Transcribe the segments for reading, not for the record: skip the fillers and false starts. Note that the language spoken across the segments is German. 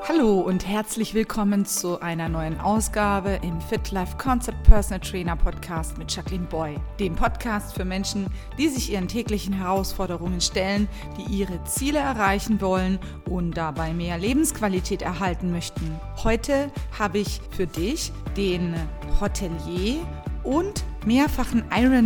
Hallo und herzlich willkommen zu einer neuen Ausgabe im Fit Life Concept Personal Trainer Podcast mit Jacqueline Boy, dem Podcast für Menschen, die sich ihren täglichen Herausforderungen stellen, die ihre Ziele erreichen wollen und dabei mehr Lebensqualität erhalten möchten. Heute habe ich für dich den Hotelier und mehrfachen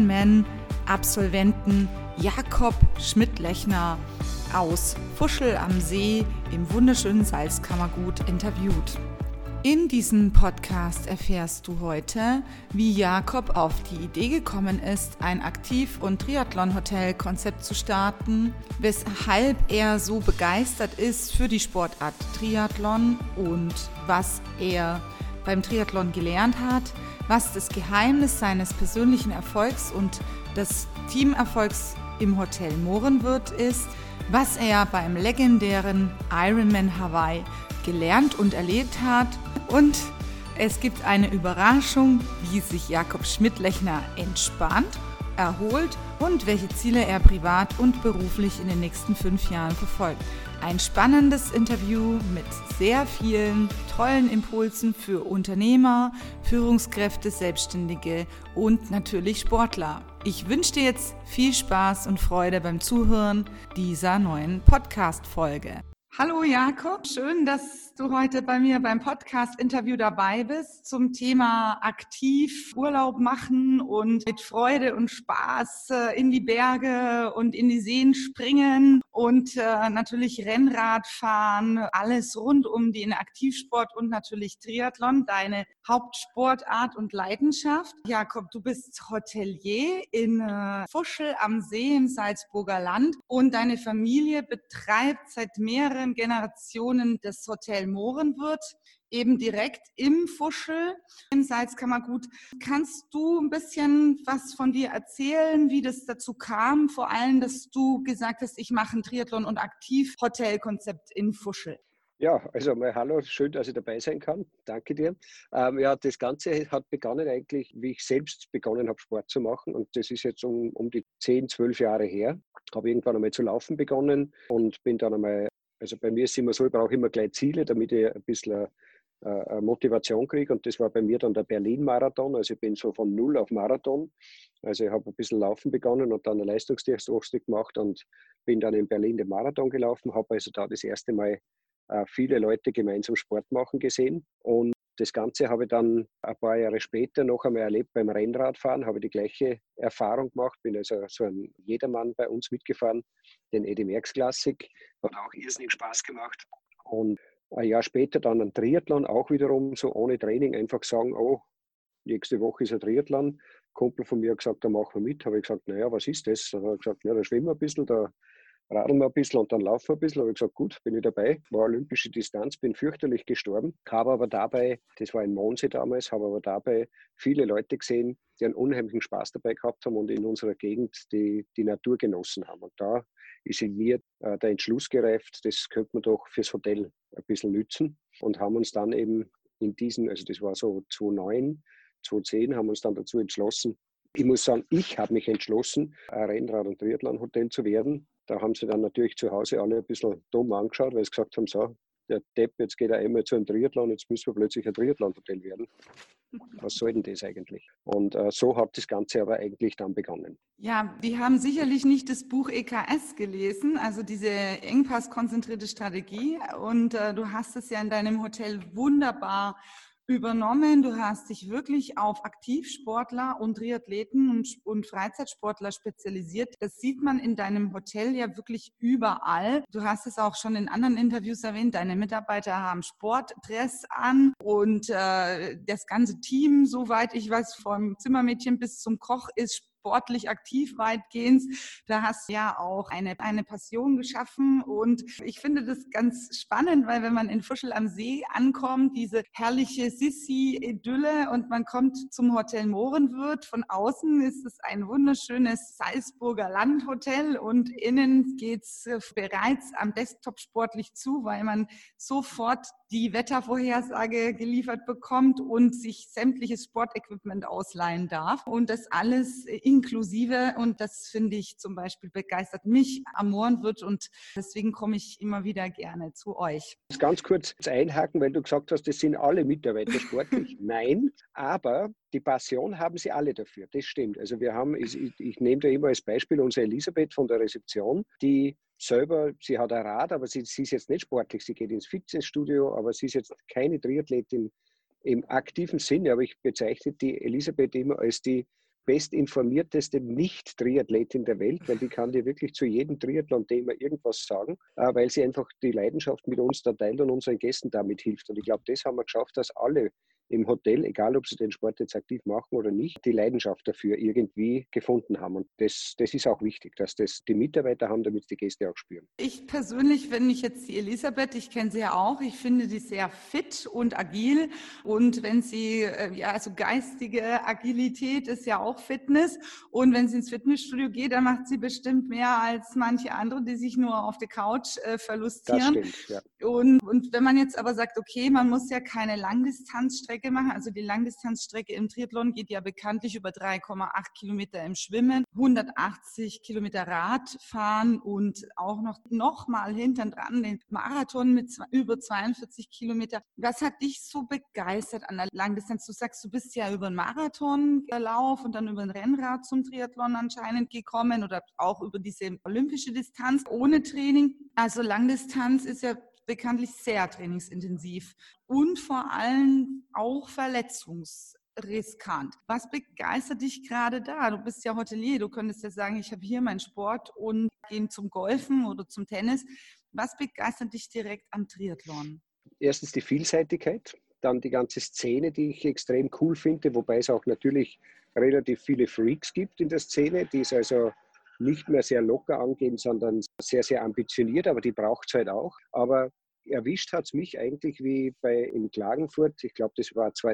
Ironman-Absolventen Jakob Schmidt-Lechner aus Fuschel am See im wunderschönen Salzkammergut interviewt. In diesem Podcast erfährst du heute, wie Jakob auf die Idee gekommen ist, ein Aktiv- und Triathlon-Hotel-Konzept zu starten, weshalb er so begeistert ist für die Sportart Triathlon und was er beim Triathlon gelernt hat, was das Geheimnis seines persönlichen Erfolgs und des Teamerfolgs im Hotel Mohrenwirth ist, was er beim legendären Ironman Hawaii gelernt und erlebt hat. Und es gibt eine Überraschung, wie sich Jakob Schmidt-Lechner entspannt, erholt und welche Ziele er privat und beruflich in den nächsten 5 Jahren verfolgt. Ein spannendes Interview mit sehr vielen tollen Impulsen für Unternehmer, Führungskräfte, Selbstständige und natürlich Sportler. Ich wünsche dir jetzt viel Spaß und Freude beim Zuhören dieser neuen Podcast-Folge. Hallo Jakob, schön, dass du heute bei mir beim Podcast-Interview dabei bist zum Thema aktiv Urlaub machen und mit Freude und Spaß in die Berge und in die Seen springen und natürlich Rennrad fahren, alles rund um den Aktivsport und natürlich Triathlon, deine Hauptsportart und Leidenschaft. Jakob, du bist Hotelier in Fuschel am See im Salzburger Land und deine Familie betreibt seit mehreren Generationen das Hotel Mohrenwirth, eben direkt im Fuschel, im Salzkammergut. Kannst du ein bisschen was von dir erzählen, wie das dazu kam? Vor allem, dass du gesagt hast, ich mache ein Triathlon- und Aktiv-Hotelkonzept in Fuschel. Ja, also mal hallo, schön, dass ich dabei sein kann. Danke dir. Das Ganze hat begonnen eigentlich, wie ich selbst begonnen habe, Sport zu machen. Und das ist jetzt um die 10, 12 Jahre her. Habe irgendwann einmal zu laufen begonnen und bin dann einmal, also bei mir ist es immer so, ich brauche immer gleich Ziele, damit ich ein bisschen Motivation kriege. Und das war bei mir dann der Berlin-Marathon. Also ich bin so von 0 auf Marathon. Also ich habe ein bisschen laufen begonnen und dann eine Leistungsdiagnostik gemacht und bin dann in Berlin den Marathon gelaufen, habe also da das erste Mal viele Leute gemeinsam Sport machen gesehen. Und das Ganze habe ich dann ein paar Jahre später noch einmal erlebt beim Rennradfahren, habe ich die gleiche Erfahrung gemacht, bin also so ein Jedermann bei uns mitgefahren, den Eddy Merckx Classic, hat auch irrsinnig Spaß gemacht. Und ein Jahr später dann ein Triathlon, auch wiederum so ohne Training, einfach sagen, oh, nächste Woche ist ein Triathlon. Ein Kumpel von mir hat gesagt, da machen wir mit. Habe ich gesagt, naja, was ist das? Dann hat er gesagt, ja, da schwimmen wir ein bisschen, da radeln wir ein bisschen und dann laufen wir ein bisschen. Habe ich gesagt, gut, bin ich dabei. War olympische Distanz, bin fürchterlich gestorben. Habe aber dabei, das war in Mondsee damals, habe aber dabei viele Leute gesehen, die einen unheimlichen Spaß dabei gehabt haben und in unserer Gegend die Natur genossen haben. Und da ist in mir der Entschluss gereift, das könnte man doch fürs Hotel ein bisschen nützen und haben uns dann eben in diesen, also das war so 2009, 2010, haben uns dann dazu entschlossen. Ich muss sagen, ich habe mich entschlossen, ein Rennrad- und Triathlon-Hotel zu werden. Da haben sie dann natürlich zu Hause alle ein bisschen dumm angeschaut, weil sie gesagt haben, so, der Depp, jetzt geht er einmal zu einem Triathlon, jetzt müssen wir plötzlich ein Triathlon-Hotel werden. Was soll denn das eigentlich? Und so hat das Ganze aber eigentlich dann begonnen. Ja, die haben sicherlich nicht das Buch EKS gelesen, also diese engpasskonzentrierte Strategie. Und du hast es ja in deinem Hotel wunderbar übernommen. Du hast dich wirklich auf Aktivsportler und Triathleten und Freizeitsportler spezialisiert. Das sieht man in deinem Hotel ja wirklich überall. Du hast es auch schon in anderen Interviews erwähnt, deine Mitarbeiter haben Sportdress an und das ganze Team, soweit ich weiß, vom Zimmermädchen bis zum Koch ist sportlich aktiv weitgehend. Da hast du ja auch eine Passion geschaffen und ich finde das ganz spannend, weil wenn man in Fuschel am See ankommt, diese herrliche Sissi-Idylle und man kommt zum Hotel Mohrenwirth, von außen ist es ein wunderschönes Salzburger Landhotel und innen geht es bereits am Desktop sportlich zu, weil man sofort die Wettervorhersage geliefert bekommt und sich sämtliches Sportequipment ausleihen darf. Und das alles inklusive. Und das finde ich zum Beispiel begeistert mich am Mohrenwirt und deswegen komme ich immer wieder gerne zu euch. Ganz kurz einhaken, weil du gesagt hast, das sind alle Mitarbeiter sportlich. Nein, aber die Passion haben sie alle dafür. Das stimmt. Also wir haben, ich nehme da immer als Beispiel unsere Elisabeth von der Rezeption, die selber, sie hat ein Rad, aber sie ist jetzt nicht sportlich. Sie geht ins Fitnessstudio, aber sie ist jetzt keine Triathletin im aktiven Sinne. Aber ich bezeichne die Elisabeth immer als die bestinformierteste Nicht-Triathletin der Welt, weil die kann dir wirklich zu jedem Triathlon-Thema irgendwas sagen, weil sie einfach die Leidenschaft mit uns da teilt und unseren Gästen damit hilft. Und ich glaube, das haben wir geschafft, dass alle im Hotel, egal ob sie den Sport jetzt aktiv machen oder nicht, die Leidenschaft dafür irgendwie gefunden haben. Und das ist auch wichtig, dass das die Mitarbeiter haben, damit die Gäste auch spüren. Ich persönlich, wenn ich jetzt die Elisabeth, ich kenne sie ja auch, ich finde die sehr fit und agil. Und wenn sie, also geistige Agilität ist ja auch Fitness. Und wenn sie ins Fitnessstudio geht, dann macht sie bestimmt mehr als manche andere, die sich nur auf der Couch verlustieren. Das stimmt, ja. Und wenn man jetzt aber sagt, okay, man muss ja keine Langdistanzstrecke machen, also die Langdistanzstrecke im Triathlon geht ja bekanntlich über 3,8 Kilometer im Schwimmen, 180 Kilometer Radfahren und auch noch mal hinten dran den Marathon mit über 42 Kilometer. Was hat dich so begeistert an der Langdistanz? Du sagst, du bist ja über einen Marathonlauf und dann über ein Rennrad zum Triathlon anscheinend gekommen oder auch über diese olympische Distanz ohne Training. Also Langdistanz ist ja bekanntlich sehr trainingsintensiv und vor allem auch verletzungsriskant. Was begeistert dich gerade da? Du bist ja Hotelier, du könntest ja sagen, ich habe hier meinen Sport und gehe zum Golfen oder zum Tennis. Was begeistert dich direkt am Triathlon? Erstens die Vielseitigkeit, dann die ganze Szene, die ich extrem cool finde, wobei es auch natürlich relativ viele Freaks gibt in der Szene, die es also nicht mehr sehr locker angehen, sondern sehr, sehr ambitioniert, aber die braucht es halt auch. Aber erwischt hat es mich eigentlich wie in Klagenfurt, ich glaube, das war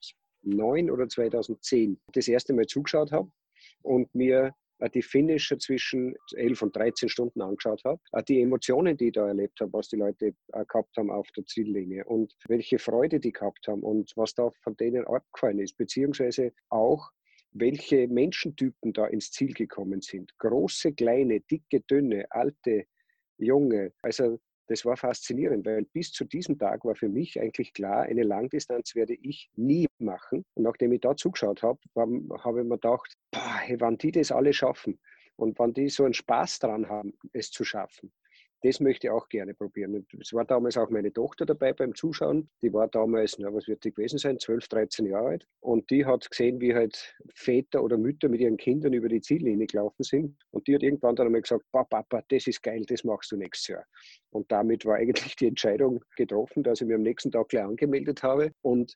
2009 oder 2010, das erste Mal zugeschaut habe und mir die Finisher zwischen 11 und 13 Stunden angeschaut habe, die Emotionen, die ich da erlebt habe, was die Leute gehabt haben auf der Ziellinie und welche Freude die gehabt haben und was da von denen abgefallen ist, beziehungsweise auch welche Menschentypen da ins Ziel gekommen sind. Große, kleine, dicke, dünne, alte, junge. Also das war faszinierend, weil bis zu diesem Tag war für mich eigentlich klar, eine Langdistanz werde ich nie machen. Und nachdem ich da zugeschaut habe, habe ich mir gedacht, hey, wenn die das alle schaffen und wenn die so einen Spaß dran haben, es zu schaffen, das möchte ich auch gerne probieren. Und es war damals auch meine Tochter dabei beim Zuschauen. Die war damals, was wird die gewesen sein, 12, 13 Jahre alt. Und die hat gesehen, wie halt Väter oder Mütter mit ihren Kindern über die Ziellinie gelaufen sind. Und die hat irgendwann dann einmal gesagt, Papa, das ist geil, das machst du nächstes Jahr. Und damit war eigentlich die Entscheidung getroffen, dass ich mich am nächsten Tag gleich angemeldet habe. Und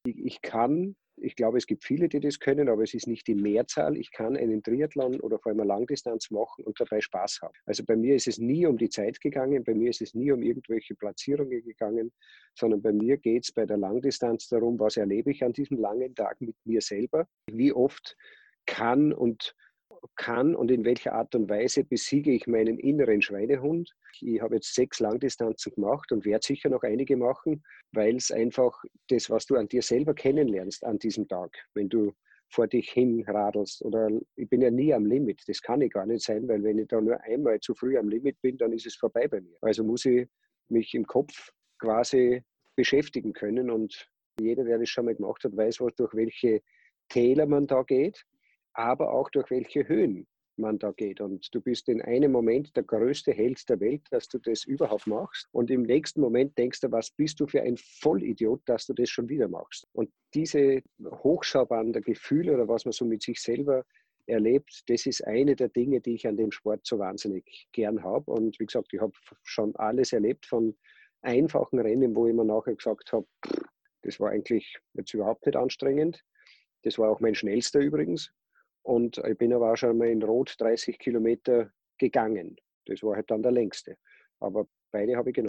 ich glaube, es gibt viele, die das können, aber es ist nicht die Mehrzahl. Ich kann einen Triathlon oder vor allem eine Langdistanz machen und dabei Spaß haben. Also bei mir ist es nie um die Zeit gegangen, bei mir ist es nie um irgendwelche Platzierungen gegangen, sondern bei mir geht es bei der Langdistanz darum, was erlebe ich an diesem langen Tag mit mir selber, wie oft kann und in welcher Art und Weise besiege ich meinen inneren Schweinehund. Ich habe jetzt 6 Langdistanzen gemacht und werde sicher noch einige machen, weil es einfach das, was du an dir selber kennenlernst an diesem Tag, wenn du vor dich hin radelst oder ich bin ja nie am Limit, das kann ich gar nicht sein, weil wenn ich da nur einmal zu früh am Limit bin, dann ist es vorbei bei mir. Also muss ich mich im Kopf quasi beschäftigen können und jeder, der das schon mal gemacht hat, weiß, durch welche Täler man da geht, aber auch durch welche Höhen man da geht. Und du bist in einem Moment der größte Held der Welt, dass du das überhaupt machst. Und im nächsten Moment denkst du, was bist du für ein Vollidiot, dass du das schon wieder machst. Und diese Hochschaubahn der Gefühle oder was man so mit sich selber erlebt, das ist eine der Dinge, die ich an dem Sport so wahnsinnig gern habe. Und wie gesagt, ich habe schon alles erlebt von einfachen Rennen, wo ich mir nachher gesagt habe, das war eigentlich jetzt überhaupt nicht anstrengend. Das war auch mein schnellster übrigens. Und ich bin aber auch schon mal in Rot 30 Kilometer gegangen. Das war halt dann der längste. Aber beide habe ich genossen.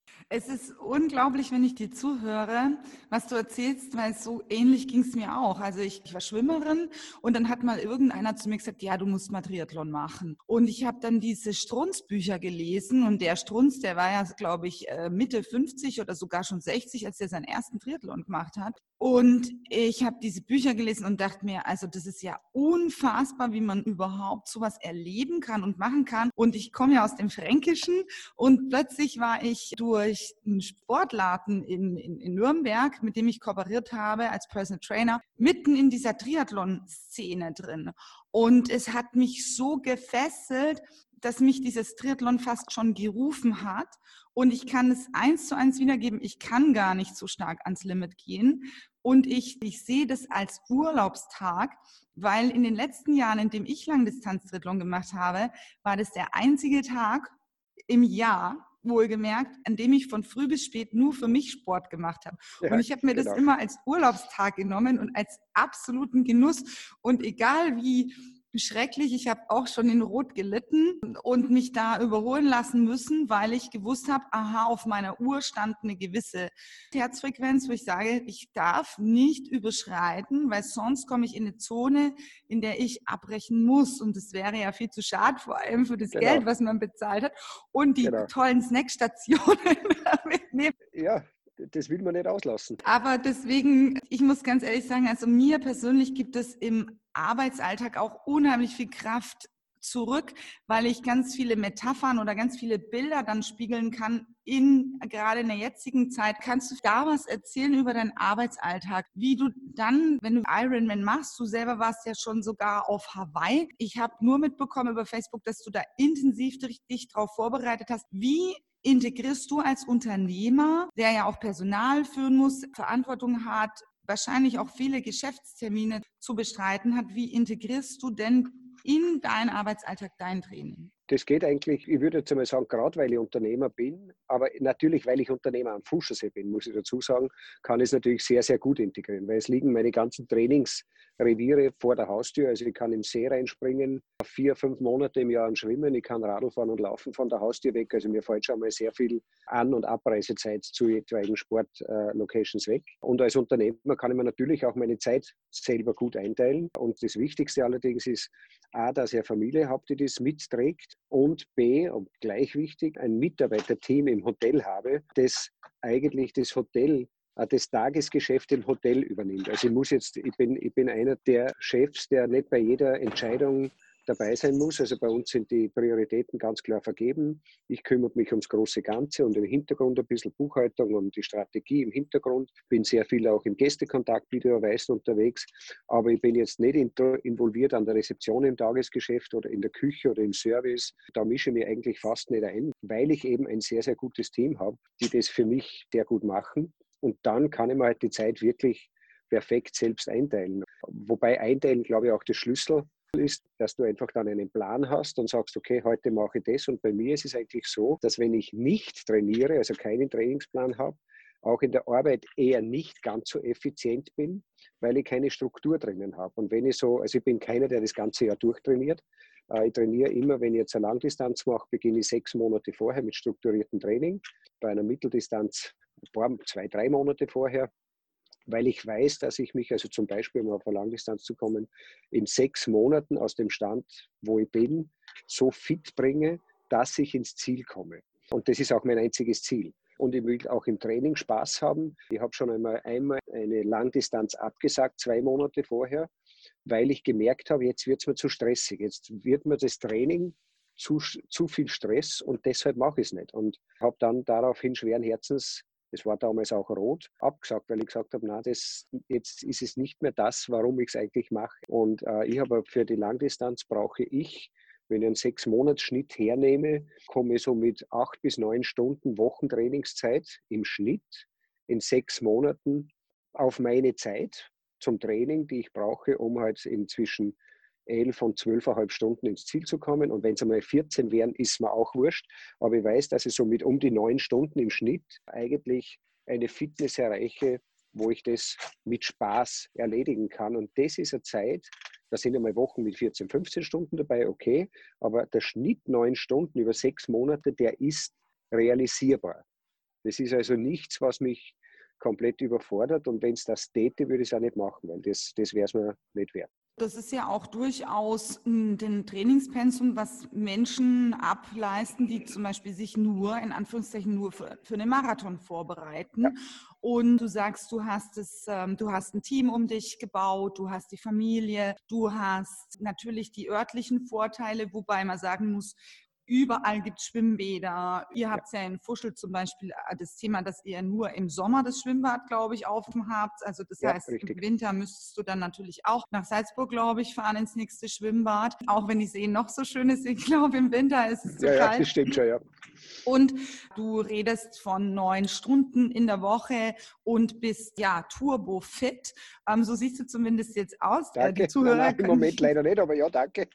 Es ist unglaublich, wenn ich dir zuhöre, was du erzählst, weil so ähnlich ging es mir auch. Also ich war Schwimmerin und dann hat mal irgendeiner zu mir gesagt, ja, du musst mal Triathlon machen. Und ich habe dann diese Strunz-Bücher gelesen und der Strunz, der war ja, glaube ich, Mitte 50 oder sogar schon 60, als er seinen ersten Triathlon gemacht hat. Und ich habe diese Bücher gelesen und dachte mir, also das ist ja unfassbar, wie man überhaupt sowas erleben kann und machen kann. Und ich komme ja aus dem Fränkischen und plötzlich war ich durch einen Sportladen in Nürnberg, mit dem ich kooperiert habe als Personal Trainer, mitten in dieser Triathlon-Szene drin. Und es hat mich so gefesselt, dass mich dieses Triathlon fast schon gerufen hat. Und ich kann es 1:1 wiedergeben. Ich kann gar nicht so stark ans Limit gehen. Und ich sehe das als Urlaubstag, weil in den letzten Jahren, in dem ich Langdistanz-Triathlon gemacht habe, war das der einzige Tag im Jahr, wohlgemerkt, an dem ich von früh bis spät nur für mich Sport gemacht habe. Und Ja, ich habe mir das genau. immer als Urlaubstag genommen und als absoluten Genuss. Und egal wie schrecklich, ich habe auch schon in Rot gelitten und mich da überholen lassen müssen, weil ich gewusst habe, aha, auf meiner Uhr stand eine gewisse Herzfrequenz, wo ich sage, ich darf nicht überschreiten, weil sonst komme ich in eine Zone, in der ich abbrechen muss. Und das wäre ja viel zu schade, vor allem für das Genau, Geld, was man bezahlt hat und die genau. tollen Snackstationen mitnehmen. Ja, das will man nicht auslassen. Aber deswegen, ich muss ganz ehrlich sagen, also mir persönlich gibt es im Arbeitsalltag auch unheimlich viel Kraft zurück, weil ich ganz viele Metaphern oder ganz viele Bilder dann spiegeln kann gerade in der jetzigen Zeit. Kannst du da was erzählen über deinen Arbeitsalltag? Wie du dann, wenn du Ironman machst, du selber warst ja schon sogar auf Hawaii. Ich habe nur mitbekommen über Facebook, dass du da intensiv dich drauf vorbereitet hast. Wie integrierst du als Unternehmer, der ja auch Personal führen muss, Verantwortung hat, wahrscheinlich auch viele Geschäftstermine zu bestreiten hat, wie integrierst du denn in deinen Arbeitsalltag dein Training? Das geht eigentlich, ich würde jetzt einmal sagen, gerade weil ich Unternehmer bin, aber natürlich, weil ich Unternehmer am Fuschersee bin, muss ich dazu sagen, kann ich es natürlich sehr, sehr gut integrieren, weil es liegen meine ganzen Trainingsreviere vor der Haustür. Also ich kann im See reinspringen, 4-5 Monate im Jahr schwimmen, ich kann Radl fahren und laufen von der Haustür weg. Also mir fällt schon mal sehr viel An- und Abreisezeit zu etwaigen Sportlocations weg. Und als Unternehmer kann ich mir natürlich auch meine Zeit selber gut einteilen. Und das Wichtigste allerdings ist A, dass ich eine Familie habe, die das mitträgt, und B, und gleich wichtig, ein Mitarbeiterteam im Hotel habe, das eigentlich das Hotel, das Tagesgeschäft im Hotel übernimmt. Also ich bin einer der Chefs, der nicht bei jeder Entscheidung dabei sein muss. Also bei uns sind die Prioritäten ganz klar vergeben. Ich kümmere mich ums große Ganze und im Hintergrund ein bisschen Buchhaltung und die Strategie im Hintergrund. Bin sehr viel auch im Gästekontakt, wie du ja weißt, unterwegs. Aber ich bin jetzt nicht involviert an der Rezeption im Tagesgeschäft oder in der Küche oder im Service. Da mische ich mich eigentlich fast nicht ein, weil ich eben ein sehr, sehr gutes Team habe, die das für mich sehr gut machen. Und dann kann ich mir halt die Zeit wirklich perfekt selbst einteilen. Wobei einteilen, glaube ich, auch der Schlüssel ist, dass du einfach dann einen Plan hast und sagst, okay, heute mache ich das. Und bei mir ist es eigentlich so, dass wenn ich nicht trainiere, also keinen Trainingsplan habe, auch in der Arbeit eher nicht ganz so effizient bin, weil ich keine Struktur drinnen habe. Und wenn ich so, also ich bin keiner, der das ganze Jahr durchtrainiert. Ich trainiere immer, wenn ich jetzt eine Langdistanz mache, beginne ich 6 Monate vorher mit strukturiertem Training. Bei einer Mitteldistanz 2-3 Monate vorher, weil ich weiß, dass ich mich, also zum Beispiel, um auf eine Langdistanz zu kommen, in 6 Monaten aus dem Stand, wo ich bin, so fit bringe, dass ich ins Ziel komme. Und das ist auch mein einziges Ziel. Und ich will auch im Training Spaß haben. Ich habe schon einmal eine Langdistanz abgesagt, 2 Monate vorher, weil ich gemerkt habe, jetzt wird es mir zu stressig. Jetzt wird mir das Training zu viel Stress und deshalb mache ich es nicht. Und habe dann daraufhin schweren Herzens, das war damals auch rot, abgesagt, weil ich gesagt habe, na, jetzt ist es nicht mehr das, warum ich es eigentlich mache. Und ich habe für die Langdistanz brauche ich, wenn ich einen 6-Monats-Schnitt hernehme, komme ich so mit 8 bis 9 Stunden Wochentrainingszeit im Schnitt in 6 Monaten auf meine Zeit zum Training, die ich brauche, um halt inzwischen 11 und 12,5 Stunden ins Ziel zu kommen. Und wenn es einmal 14 wären, ist mir auch wurscht. Aber ich weiß, dass ich so mit um die 9 Stunden im Schnitt eigentlich eine Fitness erreiche, wo ich das mit Spaß erledigen kann. Und das ist eine Zeit, da sind einmal Wochen mit 14, 15 Stunden dabei, okay. Aber der Schnitt 9 Stunden über 6 Monate, der ist realisierbar. Das ist also nichts, was mich komplett überfordert. Und wenn es das täte, würde ich es auch nicht machen, weil das wäre es mir nicht wert. Das ist ja auch durchaus den Trainingspensum, was Menschen ableisten, die zum Beispiel sich nur, in Anführungszeichen, nur für einen Marathon Ja, vorbereiten. Und du sagst, du hast ein Team um dich gebaut, du hast die Familie, du hast natürlich die örtlichen Vorteile, wobei man sagen muss, überall gibt es Schwimmbäder. Ihr ja, habt ja in Fuschel zum Beispiel das Thema, dass ihr nur im Sommer das Schwimmbad, glaube ich, offen habt. Also das ja, heißt, im richtig. Winter müsstest du dann natürlich auch nach Salzburg, glaube ich, fahren ins nächste Schwimmbad. Auch wenn die See noch so schön ist, ich glaube, im Winter ist es zu Ja, ja, kalt. das stimmt schon, ja. Und du redest von 9 Stunden in der Woche und bist ja turbofit. So siehst du zumindest jetzt aus. Die Danke. Nein, Zuhörer nein, im können Moment leider nicht, aber ja, danke.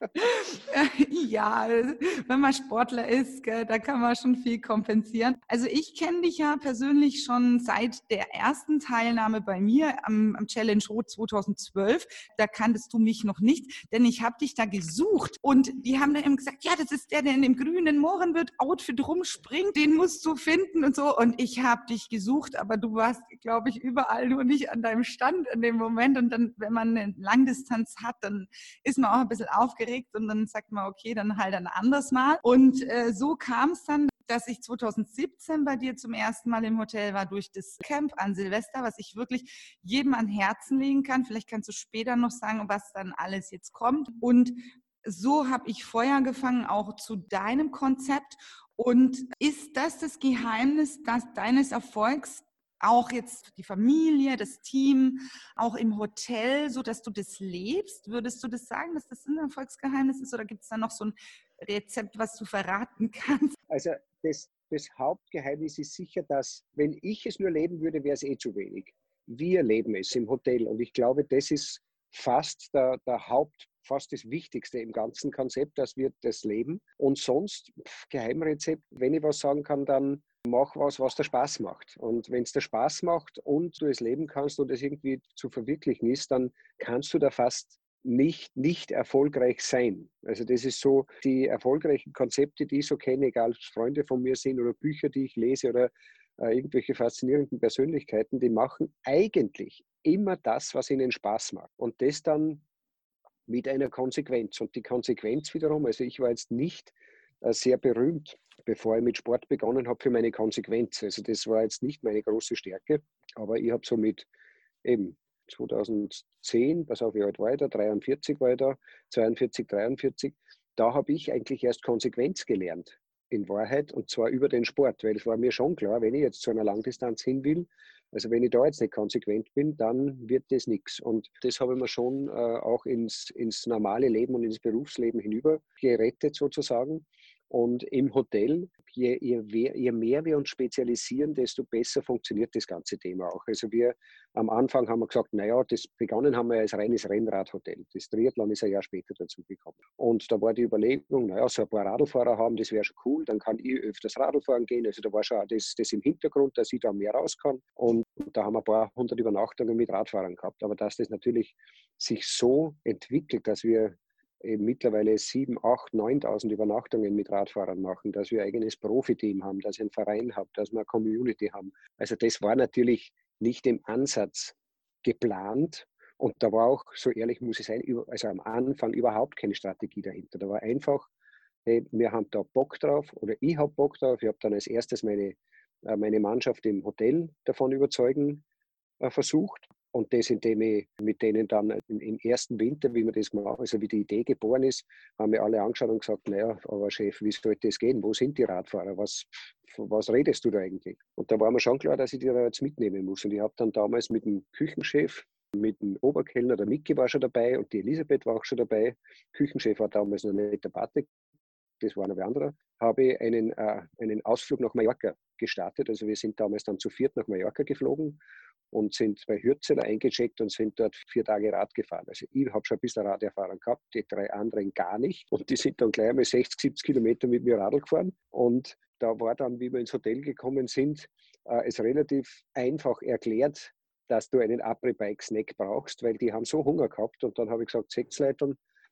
ja, wenn man Sportler ist, gell, da kann man schon viel kompensieren. Also ich kenne dich ja persönlich schon seit der ersten Teilnahme bei mir am Challenge Rot 2012. Da kanntest du mich noch nicht, denn ich habe dich da gesucht und die haben dann eben gesagt, ja, das ist der in dem grünen Mohrenwirt-Outfit rumspringt, den musst du finden und so. Und ich habe dich gesucht, aber du warst, glaube ich, überall nur nicht an deinem Stand in dem Moment. Und dann, wenn man eine Langdistanz hat, dann ist man auch ein bisschen aufgeregt und dann sagt man, okay, dann halt ein anderes Mal. Und so kam es dann, dass ich 2017 bei dir zum ersten Mal im Hotel war durch das Camp an Silvester, was ich wirklich jedem an Herzen legen kann. Vielleicht kannst du später noch sagen, was dann alles jetzt kommt. Und so habe ich Feuer gefangen, auch zu deinem Konzept. Und ist das Geheimnis deines Erfolgs? Auch jetzt die Familie, das Team, auch im Hotel, so dass du das lebst? Würdest du das sagen, dass das ein Erfolgsgeheimnis ist oder gibt es da noch so ein Rezept, was du verraten kannst? Also das Hauptgeheimnis ist sicher, dass, wenn ich es nur leben würde, wäre es eh zu wenig. Wir leben es im Hotel und ich glaube, das ist fast fast das Wichtigste im ganzen Konzept, dass wir das leben. Und sonst, Geheimrezept, wenn ich was sagen kann, dann mach was, was dir Spaß macht. Und wenn es dir Spaß macht und du es leben kannst und es irgendwie zu verwirklichen ist, dann kannst du da fast nicht erfolgreich sein. Also das ist so, die erfolgreichen Konzepte, die ich so kenne, egal ob es Freunde von mir sind oder Bücher, die ich lese oder irgendwelche faszinierenden Persönlichkeiten, die machen eigentlich immer das, was ihnen Spaß macht. Und das dann mit einer Konsequenz. Und die Konsequenz wiederum, also ich war jetzt nicht sehr berühmt, bevor ich mit Sport begonnen habe, für meine Konsequenz. Also das war jetzt nicht meine große Stärke, aber ich habe so mit eben 2010, pass auf, wie alt war ich da? 43 war ich da, 42, 43. Da habe ich eigentlich erst Konsequenz gelernt, in Wahrheit, und zwar über den Sport, weil es war mir schon klar, wenn ich jetzt zu einer Langdistanz hin will, also wenn ich da jetzt nicht konsequent bin, dann wird das nichts. Und das habe ich mir schon auch ins normale Leben und ins Berufsleben hinüber gerettet sozusagen. Und im Hotel, je mehr wir uns spezialisieren, desto besser funktioniert das ganze Thema auch. Also wir am Anfang haben wir gesagt, naja, begonnen haben wir als reines Rennradhotel. Das Triathlon ist ein Jahr später dazugekommen. Und da war die Überlegung, naja, so ein paar Radlfahrer haben, das wäre schon cool, dann kann ich öfters Radl fahren gehen. Also da war schon das im Hintergrund, dass ich da mehr raus kann. Und da haben wir ein paar hundert Übernachtungen mit Radfahrern gehabt. Aber dass das natürlich sich so entwickelt, dass wir mittlerweile 7.000, 8.000, 9.000 Übernachtungen mit Radfahrern machen, dass wir ein eigenes Profiteam haben, dass ich einen Verein habe, dass wir eine Community haben. Also das war natürlich nicht im Ansatz geplant und da war auch, so ehrlich muss ich sein, also am Anfang überhaupt keine Strategie dahinter. Da war einfach, hey, wir haben da Bock drauf oder ich habe Bock drauf. Ich habe dann als erstes meine Mannschaft im Hotel davon überzeugen versucht. Und das, indem ich mit denen dann im ersten Winter, wie wir das machen, also wie die Idee geboren ist, haben wir alle angeschaut und gesagt, naja, aber Chef, wie soll das gehen? Wo sind die Radfahrer? Was redest du da eigentlich? Und da war mir schon klar, dass ich die da jetzt mitnehmen muss. Und ich habe dann damals mit dem Küchenchef, mit dem Oberkellner, der Micky war schon dabei und die Elisabeth war auch schon dabei. Küchenchef war damals noch nicht der Bartek, das war noch wer anderer, habe ich einen Ausflug nach Mallorca gestartet. Also wir sind damals dann zu viert nach Mallorca geflogen und sind bei Hürzeler eingecheckt und sind dort 4 Tage Rad gefahren. Also ich habe schon ein bisschen Raderfahrung gehabt, die 3 anderen gar nicht. Und die sind dann gleich einmal 60, 70 Kilometer mit mir Radl gefahren. Und da war dann, wie wir ins Hotel gekommen sind, es relativ einfach erklärt, dass du einen Après-Bike-Snack brauchst, weil die haben so Hunger gehabt. Und dann habe ich gesagt, 6 Leute,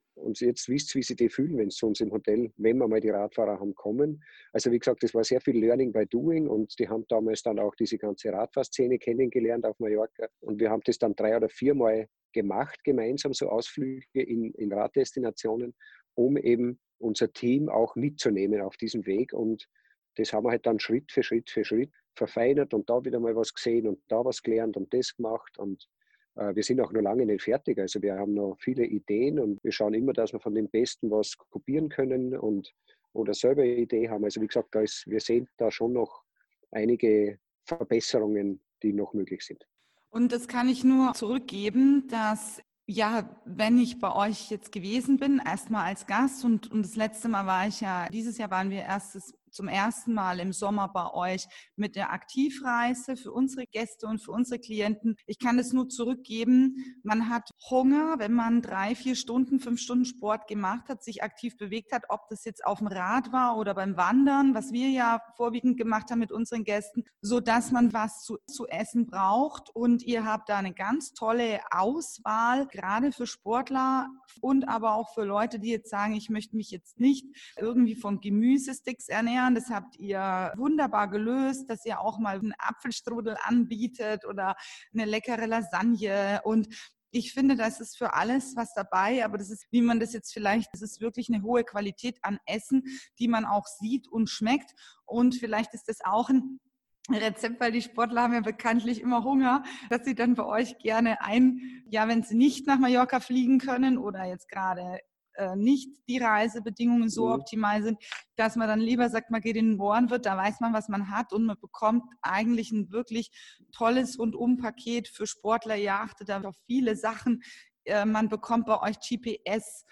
Und jetzt wisst ihr, wie sie die fühlen, wenn sie zu uns im Hotel, wenn wir mal die Radfahrer haben, kommen. Also wie gesagt, das war sehr viel Learning by Doing und die haben damals dann auch diese ganze Radfahrszene kennengelernt auf Mallorca. Und wir haben das dann 3 oder 4 Mal gemacht, gemeinsam so Ausflüge in Raddestinationen, um eben unser Team auch mitzunehmen auf diesem Weg. Und das haben wir halt dann Schritt für Schritt für Schritt verfeinert und da wieder mal was gesehen und da was gelernt und das gemacht. Und wir sind auch noch lange nicht fertig. Also wir haben noch viele Ideen und wir schauen immer, dass wir von den Besten was kopieren können und oder selber eine Idee haben. Also wie gesagt, wir sehen da schon noch einige Verbesserungen, die noch möglich sind. Und das kann ich nur zurückgeben, dass ja, wenn ich bei euch jetzt gewesen bin, erstmal als Gast und das letzte Mal war ich ja, dieses Jahr waren wir zum ersten Mal im Sommer bei euch mit der Aktivreise für unsere Gäste und für unsere Klienten. Ich kann es nur zurückgeben. Man hat Hunger, wenn man 3, 4 Stunden, 5 Stunden Sport gemacht hat, sich aktiv bewegt hat, ob das jetzt auf dem Rad war oder beim Wandern, was wir ja vorwiegend gemacht haben mit unseren Gästen, so dass man was zu essen braucht. Und ihr habt da eine ganz tolle Auswahl, gerade für Sportler und aber auch für Leute, die jetzt sagen, ich möchte mich jetzt nicht irgendwie von Gemüsesticks ernähren. Das habt ihr wunderbar gelöst, dass ihr auch mal einen Apfelstrudel anbietet oder eine leckere Lasagne. Und ich finde, das ist für alles was dabei, aber das ist, wie man das jetzt vielleicht, das ist wirklich eine hohe Qualität an Essen, die man auch sieht und schmeckt. Und vielleicht ist das auch ein Rezept, weil die Sportler haben ja bekanntlich immer Hunger, dass sie dann bei euch gerne wenn sie nicht nach Mallorca fliegen können oder jetzt gerade nicht die Reisebedingungen so optimal sind, dass man dann lieber sagt, man geht in den Mohrenwirt, da weiß man, was man hat und man bekommt eigentlich ein wirklich tolles Rundum-Paket für Sportler. Ihr achtet da auf viele Sachen. Man bekommt bei euch GPS,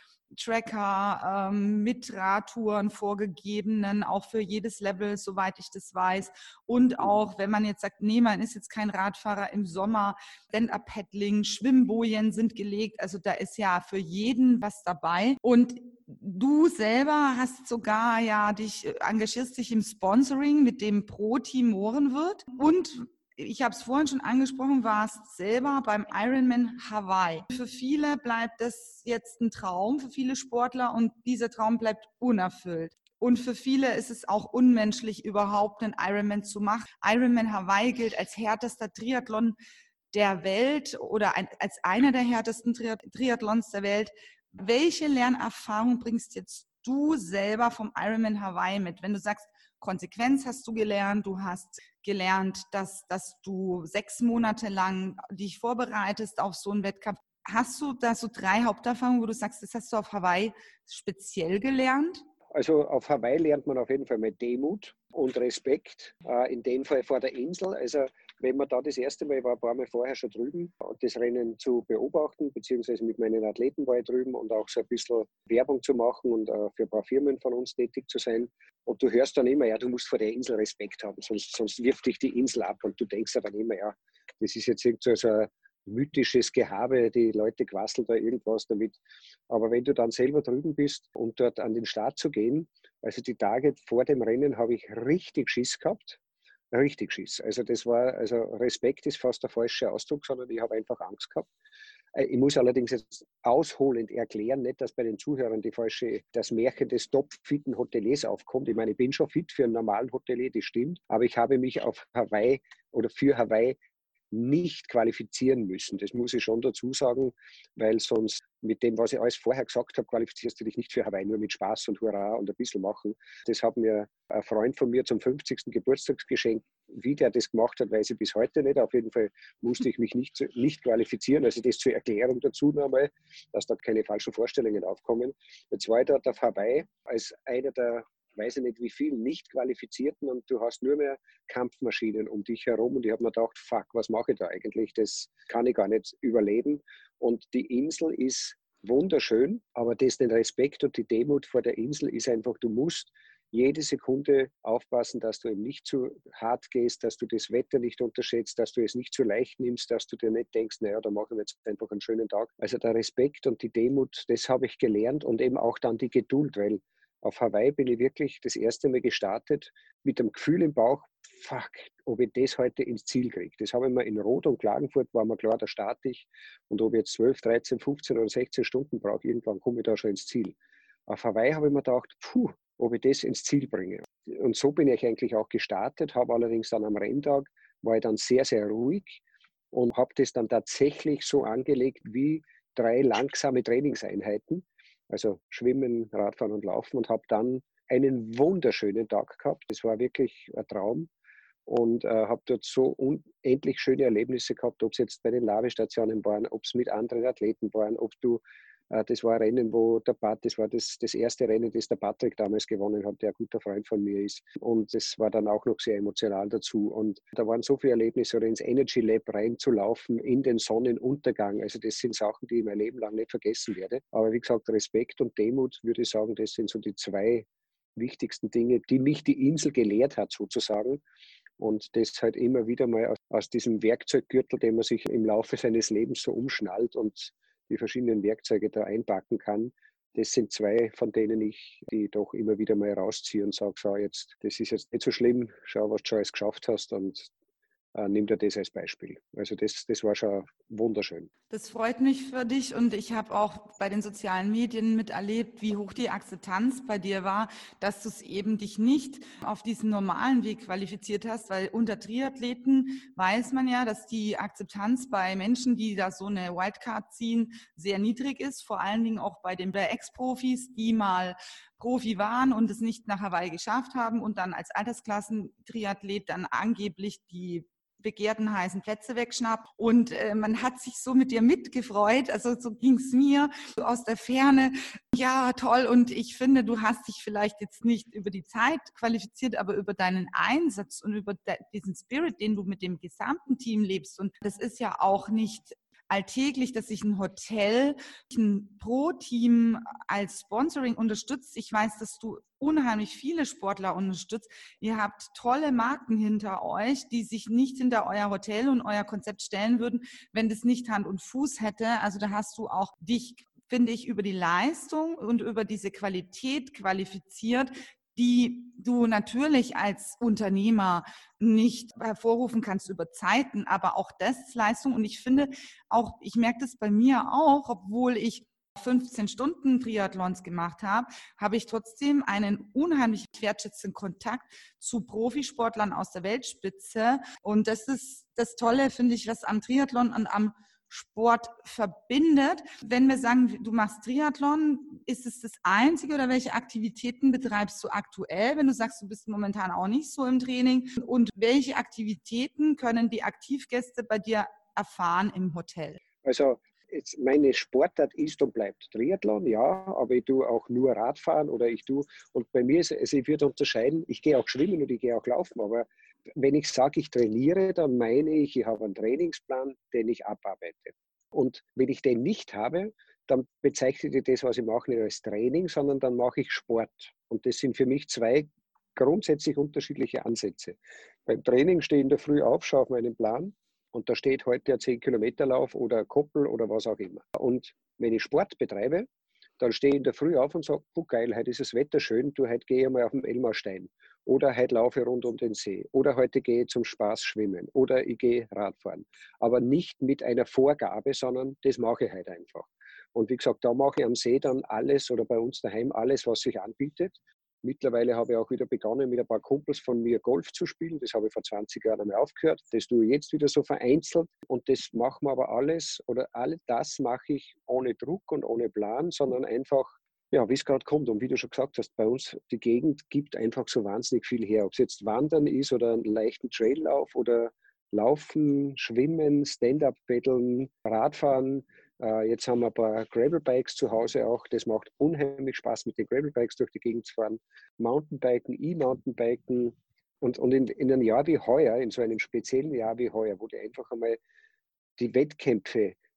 Tracker mit Radtouren vorgegebenen, auch für jedes Level, soweit ich das weiß. Und auch, wenn man jetzt sagt, nee, man ist jetzt kein Radfahrer im Sommer, Stand-Up-Paddling, Schwimmbojen sind gelegt. Also da ist ja für jeden was dabei. Und du selber hast sogar engagierst dich im Sponsoring mit dem Pro-Team Mohrenwirt und ich habe es vorhin schon angesprochen, warst selber beim Ironman Hawaii. Für viele bleibt das jetzt ein Traum, für viele Sportler und dieser Traum bleibt unerfüllt. Und für viele ist es auch unmenschlich, überhaupt einen Ironman zu machen. Ironman Hawaii gilt als härtester Triathlon der Welt oder als einer der härtesten Triathlons der Welt. Welche Lernerfahrung bringst jetzt du selber vom Ironman Hawaii mit? Wenn du sagst, Konsequenz hast du hast gelernt, dass du 6 Monate lang dich vorbereitest auf so einen Wettkampf. Hast du da so 3 Haupterfahrungen, wo du sagst, das hast du auf Hawaii speziell gelernt? Also auf Hawaii lernt man auf jeden Fall mal Demut und Respekt, in dem Fall vor der Insel. Also wenn man da das erste Mal war, ein paar Mal vorher schon drüben, das Rennen zu beobachten, beziehungsweise mit meinen Athleten war ich drüben und auch so ein bisschen Werbung zu machen und für ein paar Firmen von uns tätig zu sein. Und du hörst dann immer, ja, du musst vor der Insel Respekt haben, sonst wirft dich die Insel ab. Und du denkst ja dann immer, ja, das ist jetzt irgendwie so ein mythisches Gehabe, die Leute quasseln da irgendwas damit. Aber wenn du dann selber drüben bist und dort an den Start zu gehen, also die Tage vor dem Rennen habe ich richtig Schiss gehabt. Richtig Schiss. Also Respekt ist fast der falsche Ausdruck, sondern ich habe einfach Angst gehabt. Ich muss allerdings jetzt ausholend erklären, nicht, dass bei den Zuhörern das Märchen des topfitten Hoteliers aufkommt. Ich meine, ich bin schon fit für einen normalen Hotelier, das stimmt, aber ich habe mich auf Hawaii oder für Hawaii nicht qualifizieren müssen. Das muss ich schon dazu sagen, weil sonst mit dem, was ich alles vorher gesagt habe, qualifizierst du dich nicht für Hawaii, nur mit Spaß und Hurra und ein bisschen machen. Das hat mir ein Freund von mir zum 50. Geburtstagsgeschenk, wie der das gemacht hat, weiß ich bis heute nicht. Auf jeden Fall musste ich mich nicht qualifizieren. Also das zur Erklärung dazu nochmal, dass da keine falschen Vorstellungen aufkommen. Jetzt war ich dort auf Hawaii als einer der weiß ich nicht wie vielen Nicht-Qualifizierten und du hast nur mehr Kampfmaschinen um dich herum und ich habe mir gedacht, fuck, was mache ich da eigentlich? Das kann ich gar nicht überleben. Und die Insel ist wunderschön, aber das den Respekt und die Demut vor der Insel ist einfach, du musst jede Sekunde aufpassen, dass du eben nicht zu hart gehst, dass du das Wetter nicht unterschätzt, dass du es nicht zu leicht nimmst, dass du dir nicht denkst, naja, da machen wir jetzt einfach einen schönen Tag. Also der Respekt und die Demut, das habe ich gelernt und eben auch dann die Geduld, weil Auf Hawaii bin ich wirklich das erste Mal gestartet mit dem Gefühl im Bauch, fuck, ob ich das heute ins Ziel kriege. Das habe ich mir in Rot und Klagenfurt, war mir klar, da starte ich. Und ob ich jetzt 12, 13, 15 oder 16 Stunden brauche, irgendwann komme ich da schon ins Ziel. Auf Hawaii habe ich mir gedacht, ob ich das ins Ziel bringe. Und so bin ich eigentlich auch gestartet, habe allerdings dann am Renntag, war ich dann sehr, sehr ruhig und habe das dann tatsächlich so angelegt wie 3 langsame Trainingseinheiten, also Schwimmen, Radfahren und Laufen, und habe dann einen wunderschönen Tag gehabt. Das war wirklich ein Traum und habe dort so unendlich schöne Erlebnisse gehabt, ob es jetzt bei den Labestationen waren, ob es mit anderen Athleten waren, das war ein Rennen, das war das erste Rennen, das der Patrick damals gewonnen hat, der ein guter Freund von mir ist. Und das war dann auch noch sehr emotional dazu. Und da waren so viele Erlebnisse, oder ins Energy Lab reinzulaufen, in den Sonnenuntergang. Also das sind Sachen, die ich mein Leben lang nicht vergessen werde. Aber wie gesagt, Respekt und Demut, würde ich sagen, das sind so die 2 wichtigsten Dinge, die mich die Insel gelehrt hat, sozusagen. Und das halt immer wieder mal aus diesem Werkzeuggürtel, den man sich im Laufe seines Lebens so umschnallt und die verschiedenen Werkzeuge da einpacken kann. Das sind 2, von denen ich die doch immer wieder mal rausziehe und sage, so jetzt, das ist jetzt nicht so schlimm, schau, was du schon alles geschafft hast, und nimm dir das als Beispiel. Also das war schon wunderschön. Das freut mich für dich, und ich habe auch bei den sozialen Medien miterlebt, wie hoch die Akzeptanz bei dir war, dass du es eben dich nicht auf diesen normalen Weg qualifiziert hast, weil unter Triathleten weiß man ja, dass die Akzeptanz bei Menschen, die da so eine Wildcard ziehen, sehr niedrig ist, vor allen Dingen auch bei den Ex-Profis, die mal Profi waren und es nicht nach Hawaii geschafft haben und dann als Altersklassentriathlet dann angeblich die begehrten heißen Plätze wegschnappt, und man hat sich so mit dir mitgefreut, also so ging es mir, so aus der Ferne, ja toll, und ich finde, du hast dich vielleicht jetzt nicht über die Zeit qualifiziert, aber über deinen Einsatz und über diesen Spirit, den du mit dem gesamten Team lebst, und das ist ja auch nicht alltäglich, dass sich ein Hotel ein Pro-Team als Sponsoring unterstützt. Ich weiß, dass du unheimlich viele Sportler unterstützt. Ihr habt tolle Marken hinter euch, die sich nicht hinter euer Hotel und euer Konzept stellen würden, wenn das nicht Hand und Fuß hätte. Also da hast du auch dich, finde ich, über die Leistung und über diese Qualität qualifiziert, die du natürlich als Unternehmer nicht hervorrufen kannst über Zeiten, aber auch das ist Leistung. Und ich finde auch, ich merke das bei mir auch, obwohl ich 15 Stunden Triathlons gemacht habe, habe ich trotzdem einen unheimlich wertschätzenden Kontakt zu Profisportlern aus der Weltspitze. Und das ist das Tolle, finde ich, was am Triathlon und am Sport verbindet. Wenn wir sagen, du machst Triathlon, ist es das Einzige, oder welche Aktivitäten betreibst du aktuell, wenn du sagst, du bist momentan auch nicht so im Training? Und welche Aktivitäten können die Aktivgäste bei dir erfahren im Hotel? Also jetzt meine Sportart ist und bleibt Triathlon, ja, aber ich tue auch nur Radfahren, und bei mir ist, also ich würde unterscheiden, ich gehe auch schwimmen und ich gehe auch laufen, aber wenn ich sage, ich trainiere, dann meine ich habe einen Trainingsplan, den ich abarbeite. Und wenn ich den nicht habe, dann bezeichne ich das, was ich mache, nicht als Training, sondern dann mache ich Sport. Und das sind für mich 2 grundsätzlich unterschiedliche Ansätze. Beim Training stehe ich in der Früh auf, schaue auf meinen Plan, und da steht heute ein 10-Kilometer-Lauf oder Koppel oder was auch immer. Und wenn ich Sport betreibe, dann stehe ich in der Früh auf und sage, geil, heute ist das Wetter schön, heute gehe ich mal auf den Elmarstein. Oder heute laufe ich rund um den See. Oder heute gehe ich zum Spaß schwimmen. Oder ich gehe Radfahren. Aber nicht mit einer Vorgabe, sondern das mache ich halt einfach. Und wie gesagt, da mache ich am See dann alles, oder bei uns daheim alles, was sich anbietet. Mittlerweile habe ich auch wieder begonnen, mit ein paar Kumpels von mir Golf zu spielen. Das habe ich vor 20 Jahren einmal aufgehört. Das tue ich jetzt wieder so vereinzelt. Und das machen wir aber alles, oder all das mache ich ohne Druck und ohne Plan, sondern einfach, ja, wie es gerade kommt. Und wie du schon gesagt hast, bei uns, die Gegend gibt einfach so wahnsinnig viel her. Ob es jetzt Wandern ist oder einen leichten Traillauf oder Laufen, Schwimmen, Stand-up-Paddeln, Radfahren. Jetzt haben wir ein paar Gravelbikes zu Hause auch. Das macht unheimlich Spaß, mit den Gravelbikes durch die Gegend zu fahren. Mountainbiken, E-Mountainbiken. Und in einem Jahr wie heuer, in so einem speziellen Jahr wie heuer, wo die einfach einmal die Wettkämpfe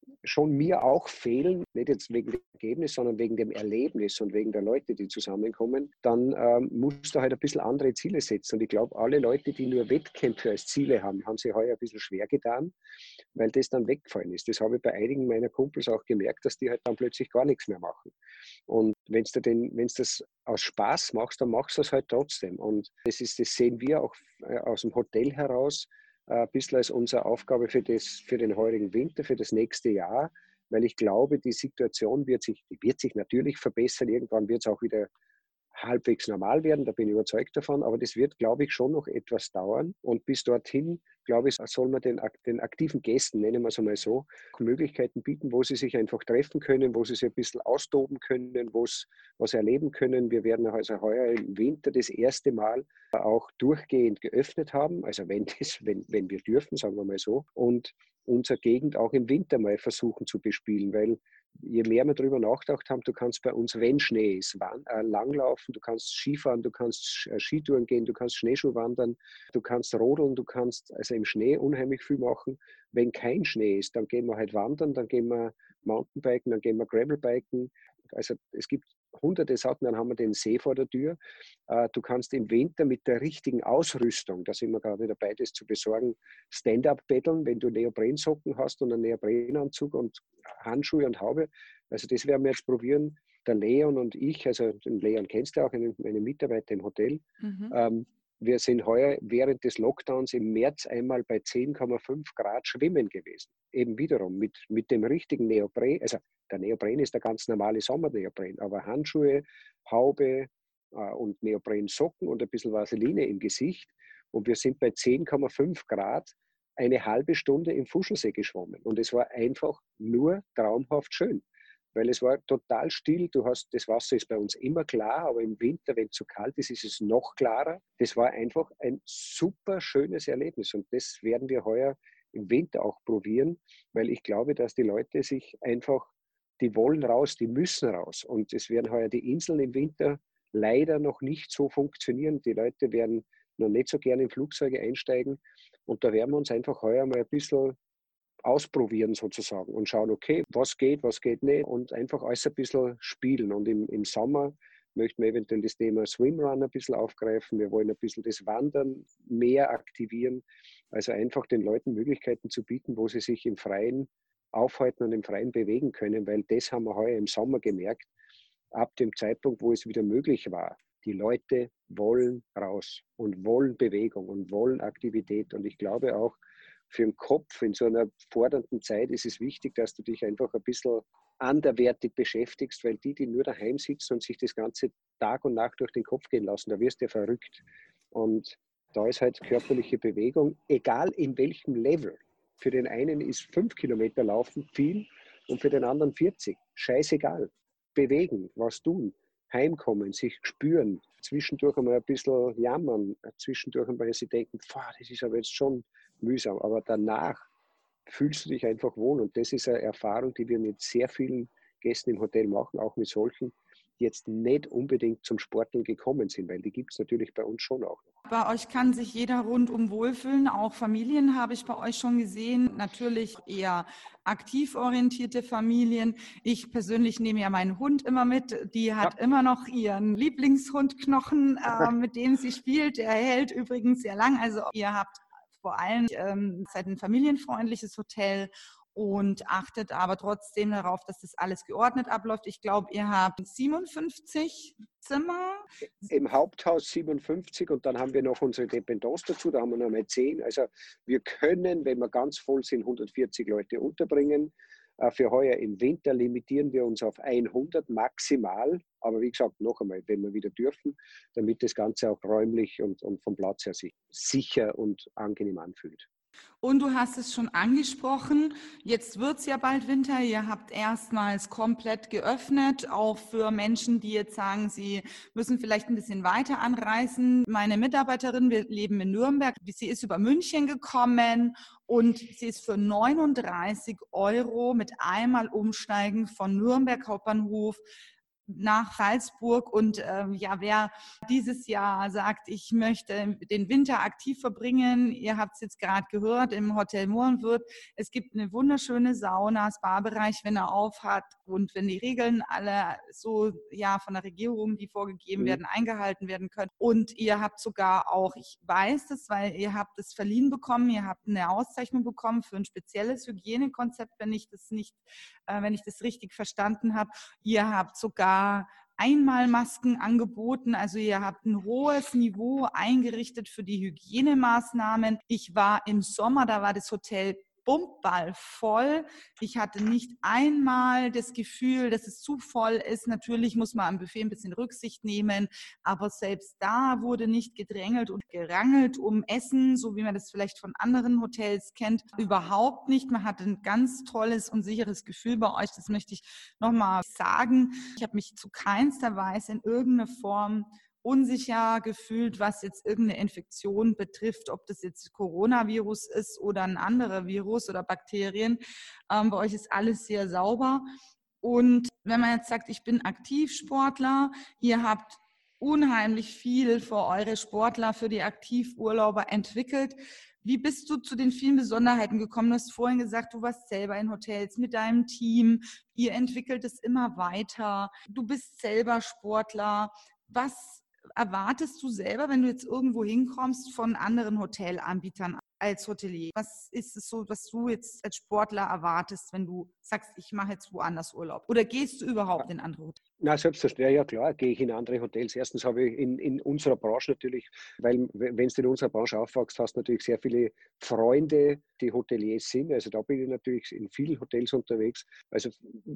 schon mir auch fehlen, nicht jetzt wegen dem Ergebnis, sondern wegen dem Erlebnis und wegen der Leute, die zusammenkommen, dann musst du halt ein bisschen andere Ziele setzen. Und ich glaube, alle Leute, die nur Wettkämpfe als Ziele haben, haben sich heuer ein bisschen schwer getan, weil das dann weggefallen ist. Das habe ich bei einigen meiner Kumpels auch gemerkt, dass die halt dann plötzlich gar nichts mehr machen. Und wenn du das aus Spaß machst, dann machst du es halt trotzdem. Und das sehen wir auch aus dem Hotel heraus, ein bisschen als unsere Aufgabe für den heurigen Winter, für das nächste Jahr, weil ich glaube, die Situation wird sich natürlich verbessern. Irgendwann wird es auch wieder halbwegs normal werden, da bin ich überzeugt davon, aber das wird, glaube ich, schon noch etwas dauern. Und bis dorthin, glaube ich, soll man den aktiven Gästen, nennen wir es einmal so, Möglichkeiten bieten, wo sie sich einfach treffen können, wo sie sich ein bisschen austoben können, wo sie was erleben können. Wir werden also heuer im Winter das erste Mal auch durchgehend geöffnet haben, also wenn wir dürfen, sagen wir mal so, und unsere Gegend auch im Winter mal versuchen zu bespielen, weil je mehr wir darüber nachgedacht haben, du kannst bei uns, wenn Schnee ist, langlaufen, du kannst Skifahren, du kannst Skitouren gehen, du kannst Schneeschuh wandern, du kannst rodeln, du kannst also im Schnee unheimlich viel machen. Wenn kein Schnee ist, dann gehen wir halt wandern, dann gehen wir Mountainbiken, dann gehen wir Gravelbiken. Also es gibt hunderte Sachen, dann haben wir den See vor der Tür. Du kannst im Winter mit der richtigen Ausrüstung, da sind wir gerade dabei, das zu besorgen, Stand-up paddeln, wenn du Neoprensocken hast und einen Neoprenanzug und Handschuhe und Haube. Also das werden wir jetzt probieren. Der Leon und ich, also den Leon kennst du auch, meine Mitarbeiter im Hotel. Wir sind heuer während des Lockdowns im März einmal bei 10,5 Grad schwimmen gewesen. Eben wiederum mit dem richtigen Neopren. Also der Neopren ist der ganz normale Sommerneopren, aber Handschuhe, Haube und Neoprensocken und ein bisschen Vaseline im Gesicht. Und wir sind bei 10,5 Grad eine halbe Stunde im Fuschelsee geschwommen. Und es war einfach nur traumhaft schön. Weil es war total still. Das Wasser ist bei uns immer klar, aber im Winter, wenn es zu kalt ist, ist es noch klarer. Das war einfach ein super schönes Erlebnis und das werden wir heuer im Winter auch probieren, weil ich glaube, dass die Leute sich einfach, die wollen raus, die müssen raus. Und es werden heuer die Inseln im Winter leider noch nicht so funktionieren. Die Leute werden noch nicht so gerne in Flugzeuge einsteigen und da werden wir uns einfach heuer mal ein bisschen ausprobieren sozusagen und schauen, okay, was geht nicht und einfach alles ein bisschen spielen. Und im Sommer möchten wir eventuell das Thema Swimrun ein bisschen aufgreifen. Wir wollen ein bisschen das Wandern mehr aktivieren. Also einfach den Leuten Möglichkeiten zu bieten, wo sie sich im Freien aufhalten und im Freien bewegen können, weil das haben wir heuer im Sommer gemerkt, ab dem Zeitpunkt, wo es wieder möglich war. Die Leute wollen raus und wollen Bewegung und wollen Aktivität. Und ich glaube auch, für den Kopf in so einer fordernden Zeit ist es wichtig, dass du dich einfach ein bisschen anderweitig beschäftigst, weil die nur daheim sitzen und sich das ganze Tag und Nacht durch den Kopf gehen lassen, da wirst du ja verrückt. Und da ist halt körperliche Bewegung, egal in welchem Level. Für den einen ist 5 Kilometer laufen viel und für den anderen 40. Scheißegal. Bewegen, was tun, heimkommen, sich spüren, zwischendurch einmal ein bisschen jammern, zwischendurch einmal sie denken, das ist aber jetzt schon mühsam, aber danach fühlst du dich einfach wohl und das ist eine Erfahrung, die wir mit sehr vielen Gästen im Hotel machen, auch mit solchen, die jetzt nicht unbedingt zum Sporteln gekommen sind, weil die gibt es natürlich bei uns schon auch noch. Bei euch kann sich jeder rundum wohlfühlen, auch Familien habe ich bei euch schon gesehen, natürlich eher aktiv orientierte Familien. Ich persönlich nehme ja meinen Hund immer mit, die hat immer noch ihren Lieblingshund Knochen, mit dem sie spielt, der hält übrigens sehr lang, also ihr habt vor allem seid ein familienfreundliches Hotel und achtet aber trotzdem darauf, dass das alles geordnet abläuft. Ich glaube, ihr habt 57 Zimmer. Im Haupthaus 57 und dann haben wir noch unsere Dependance dazu, da haben wir nochmal 10. Also wir können, wenn wir ganz voll sind, 140 Leute unterbringen. Für heuer im Winter limitieren wir uns auf 100 maximal. Aber wie gesagt, noch einmal, wenn wir wieder dürfen, damit das Ganze auch räumlich und vom Platz her sich sicher und angenehm anfühlt. Und du hast es schon angesprochen, jetzt wird es ja bald Winter, ihr habt erstmals komplett geöffnet, auch für Menschen, die jetzt sagen, sie müssen vielleicht ein bisschen weiter anreisen. Meine Mitarbeiterin, wir leben in Nürnberg, sie ist über München gekommen und sie ist für 39 € mit einmal Umsteigen von Nürnberg Hauptbahnhof nach Salzburg und wer dieses Jahr sagt, ich möchte den Winter aktiv verbringen, ihr habt es jetzt gerade gehört, im Hotel Mohrenwirth, es gibt eine wunderschöne Sauna, Spa-Bereich, wenn er auf hat und wenn die Regeln alle so von der Regierung, die vorgegeben werden, eingehalten werden können. Und ihr habt sogar auch, ich weiß das, weil ihr habt es verliehen bekommen, ihr habt eine Auszeichnung bekommen für ein spezielles Hygienekonzept, wenn ich das richtig verstanden habe. Ihr habt sogar Einmalmasken angeboten, also ihr habt ein hohes Niveau eingerichtet für die Hygienemaßnahmen. Ich war im Sommer, da war das Hotel bummball voll. Ich hatte nicht einmal das Gefühl, dass es zu voll ist. Natürlich muss man am Buffet ein bisschen Rücksicht nehmen, aber selbst da wurde nicht gedrängelt und gerangelt um Essen, so wie man das vielleicht von anderen Hotels kennt. Überhaupt nicht. Man hatte ein ganz tolles und sicheres Gefühl bei euch. Das möchte ich nochmal sagen. Ich habe mich zu keinster Weise in irgendeiner Form unsicher gefühlt, was jetzt irgendeine Infektion betrifft, ob das jetzt Coronavirus ist oder ein anderer Virus oder Bakterien. Bei euch ist alles sehr sauber. Und wenn man jetzt sagt, ich bin Aktivsportler, ihr habt unheimlich viel für eure Sportler, für die Aktivurlauber entwickelt. Wie bist du zu den vielen Besonderheiten gekommen? Du hast vorhin gesagt, du warst selber in Hotels mit deinem Team. Ihr entwickelt es immer weiter. Du bist selber Sportler. Was erwartest du selber, wenn du jetzt irgendwo hinkommst von anderen Hotelanbietern als Hotelier? Was ist es so, was du jetzt als Sportler erwartest, wenn du sagst, ich mache jetzt woanders Urlaub? Oder gehst du überhaupt in andere Hotels? Na, selbstverständlich, ja klar, gehe ich in andere Hotels. Erstens habe ich in unserer Branche natürlich, weil wenn du in unserer Branche aufwachst, hast du natürlich sehr viele Freunde, die Hoteliers sind. Also da bin ich natürlich in vielen Hotels unterwegs. Also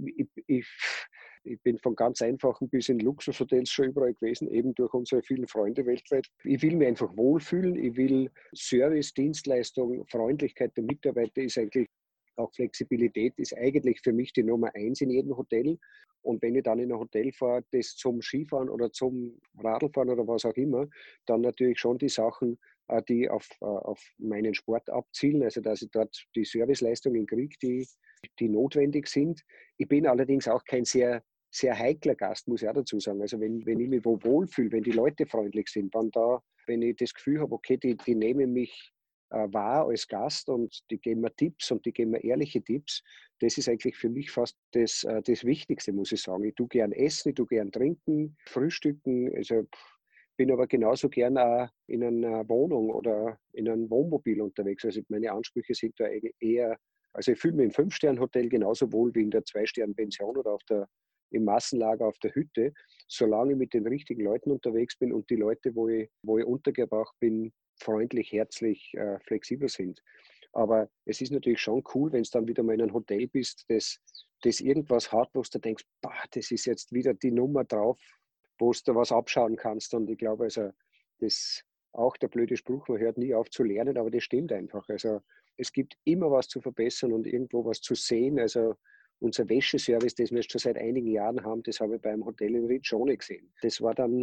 ich bin von ganz einfachen bis in Luxushotels schon überall gewesen, eben durch unsere vielen Freunde weltweit. Ich will mich einfach wohlfühlen, ich will Service, Dienstleistung, Freundlichkeit der Mitarbeiter ist eigentlich auch Flexibilität ist eigentlich für mich die Nummer eins in jedem Hotel. Und wenn ich dann in ein Hotel fahre, das zum Skifahren oder zum Radlfahren oder was auch immer, dann natürlich schon die Sachen, die auf meinen Sport abzielen, also dass ich dort die Serviceleistungen kriege, die notwendig sind. Ich bin allerdings auch kein sehr heikler Gast, muss ich auch dazu sagen. Also wenn ich mich wo wohlfühle, wenn die Leute freundlich sind, wenn ich das Gefühl habe, okay, die nehmen mich wahr als Gast und die geben mir Tipps und die geben mir ehrliche Tipps. Das ist eigentlich für mich fast das Wichtigste, muss ich sagen. Ich tue gern essen, ich tue gern trinken, frühstücken. Also bin aber genauso gern auch in einer Wohnung oder in einem Wohnmobil unterwegs. Also meine Ansprüche sind da eher, also ich fühle mich im 5-Sterne-Hotel genauso wohl wie in der 2-Sterne-Pension oder im Massenlager auf der Hütte, solange ich mit den richtigen Leuten unterwegs bin und die Leute, wo ich untergebracht bin, freundlich, herzlich, flexibel sind. Aber es ist natürlich schon cool, wenn du dann wieder mal in einem Hotel bist, das irgendwas hat, wo du denkst, bah, das ist jetzt wieder die Nummer drauf, wo du was abschauen kannst. Und ich glaube, also das auch der blöde Spruch, man hört nie auf zu lernen, aber das stimmt einfach. Also es gibt immer was zu verbessern und irgendwo was zu sehen. Also unser Wäscheservice, das wir jetzt schon seit einigen Jahren haben, das habe ich beim Hotel in Riccione gesehen. Das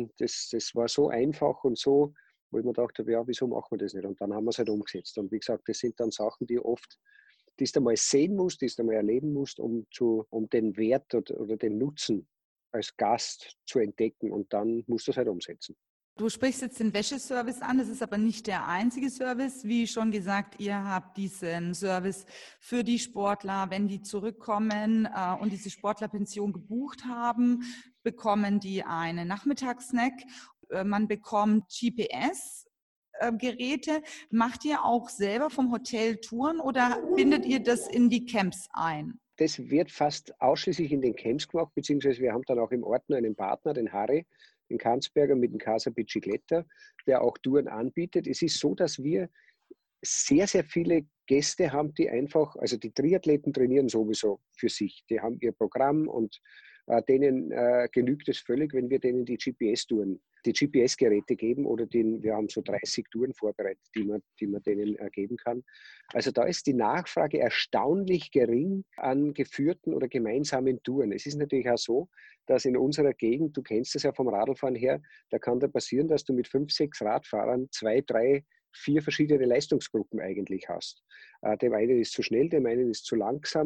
war so einfach und so, wo ich mir gedacht habe, ja, wieso machen wir das nicht? Und dann haben wir es halt umgesetzt. Und wie gesagt, das sind dann Sachen, die du einmal sehen musst, die du einmal erleben musst, um den Wert oder den Nutzen als Gast zu entdecken. Und dann musst du es halt umsetzen. Du sprichst jetzt den Wäscheservice an, das ist aber nicht der einzige Service. Wie schon gesagt, ihr habt diesen Service für die Sportler, wenn die zurückkommen und diese Sportlerpension gebucht haben, bekommen die einen Nachmittagssnack. Man bekommt GPS-Geräte. Macht ihr auch selber vom Hotel Touren oder bindet ihr das in die Camps ein? Das wird fast ausschließlich in den Camps gemacht, beziehungsweise wir haben dann auch im Ort noch einen Partner, den Harry, den Kanzberger mit dem Casa Bicicletta, der auch Touren anbietet. Es ist so, dass wir sehr, sehr viele Gäste haben, die einfach, also die Triathleten trainieren sowieso für sich. Die haben ihr Programm und denen genügt es völlig, wenn wir denen die GPS-Touren, die GPS-Geräte geben oder wir haben so 30 Touren vorbereitet, die man denen geben kann. Also da ist die Nachfrage erstaunlich gering an geführten oder gemeinsamen Touren. Es ist natürlich auch so, dass in unserer Gegend, du kennst es ja vom Radlfahren her, da kann da passieren, dass du mit 5, 6 Radfahrern 2, 3, 4 verschiedene Leistungsgruppen eigentlich hast. Dem einen ist zu schnell, dem einen ist zu langsam.